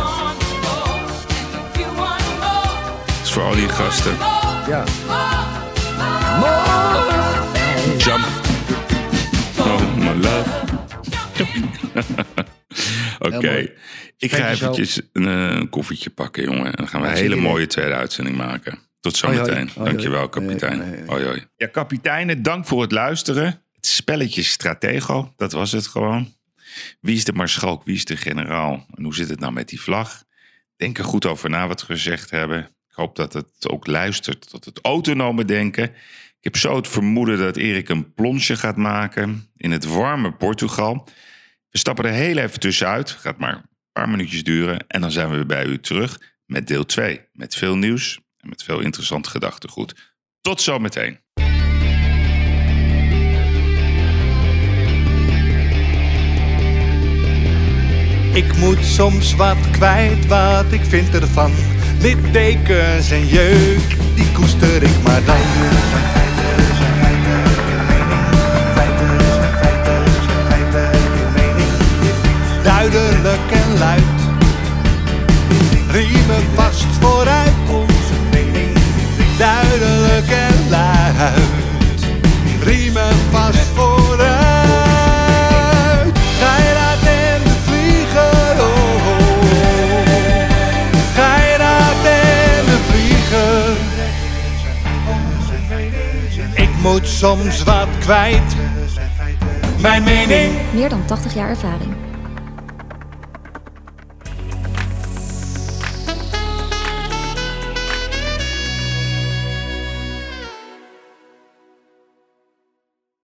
is voor al die gasten. Ja. Jump. Oh, my love. Oké, Heel mooi. ik ga Spreek je zo. eventjes een, eh, een koffietje pakken, jongen. En dan gaan we een Ja, hele zie je mooie tweede uitzending maken. Tot Hoi, hoi. zometeen. Hoi, Dankjewel, hoi. kapitein. Hoi, hoi. Hoi, hoi. Ja, kapiteinen, dank voor het luisteren. Het spelletje Stratego, dat was het gewoon. Wie is de maarschalk, wie is de generaal? En hoe zit het nou met die vlag? Denk er goed over na wat we gezegd hebben. Ik hoop dat het ook luistert tot het autonome denken. Ik heb zo het vermoeden dat Erik een plonsje gaat maken in het warme Portugal. We stappen er heel even tussenuit. Gaat maar een paar minuutjes duren. En dan zijn we weer bij u terug met deel twee. Met veel nieuws en met veel interessant gedachtegoed. Tot zometeen. Ik moet soms wat kwijt, wat ik vind ervan. Littekens en jeuk, die koester ik maar dan. Duidelijk en luid, riemen vast vooruit. Duidelijk en luid, riemen vast vooruit. Ga je laat en de vliegen, oh, oh. Ga je laat en de vliegen. Ik moet soms wat kwijt, mijn mening. Meer dan tachtig jaar ervaring.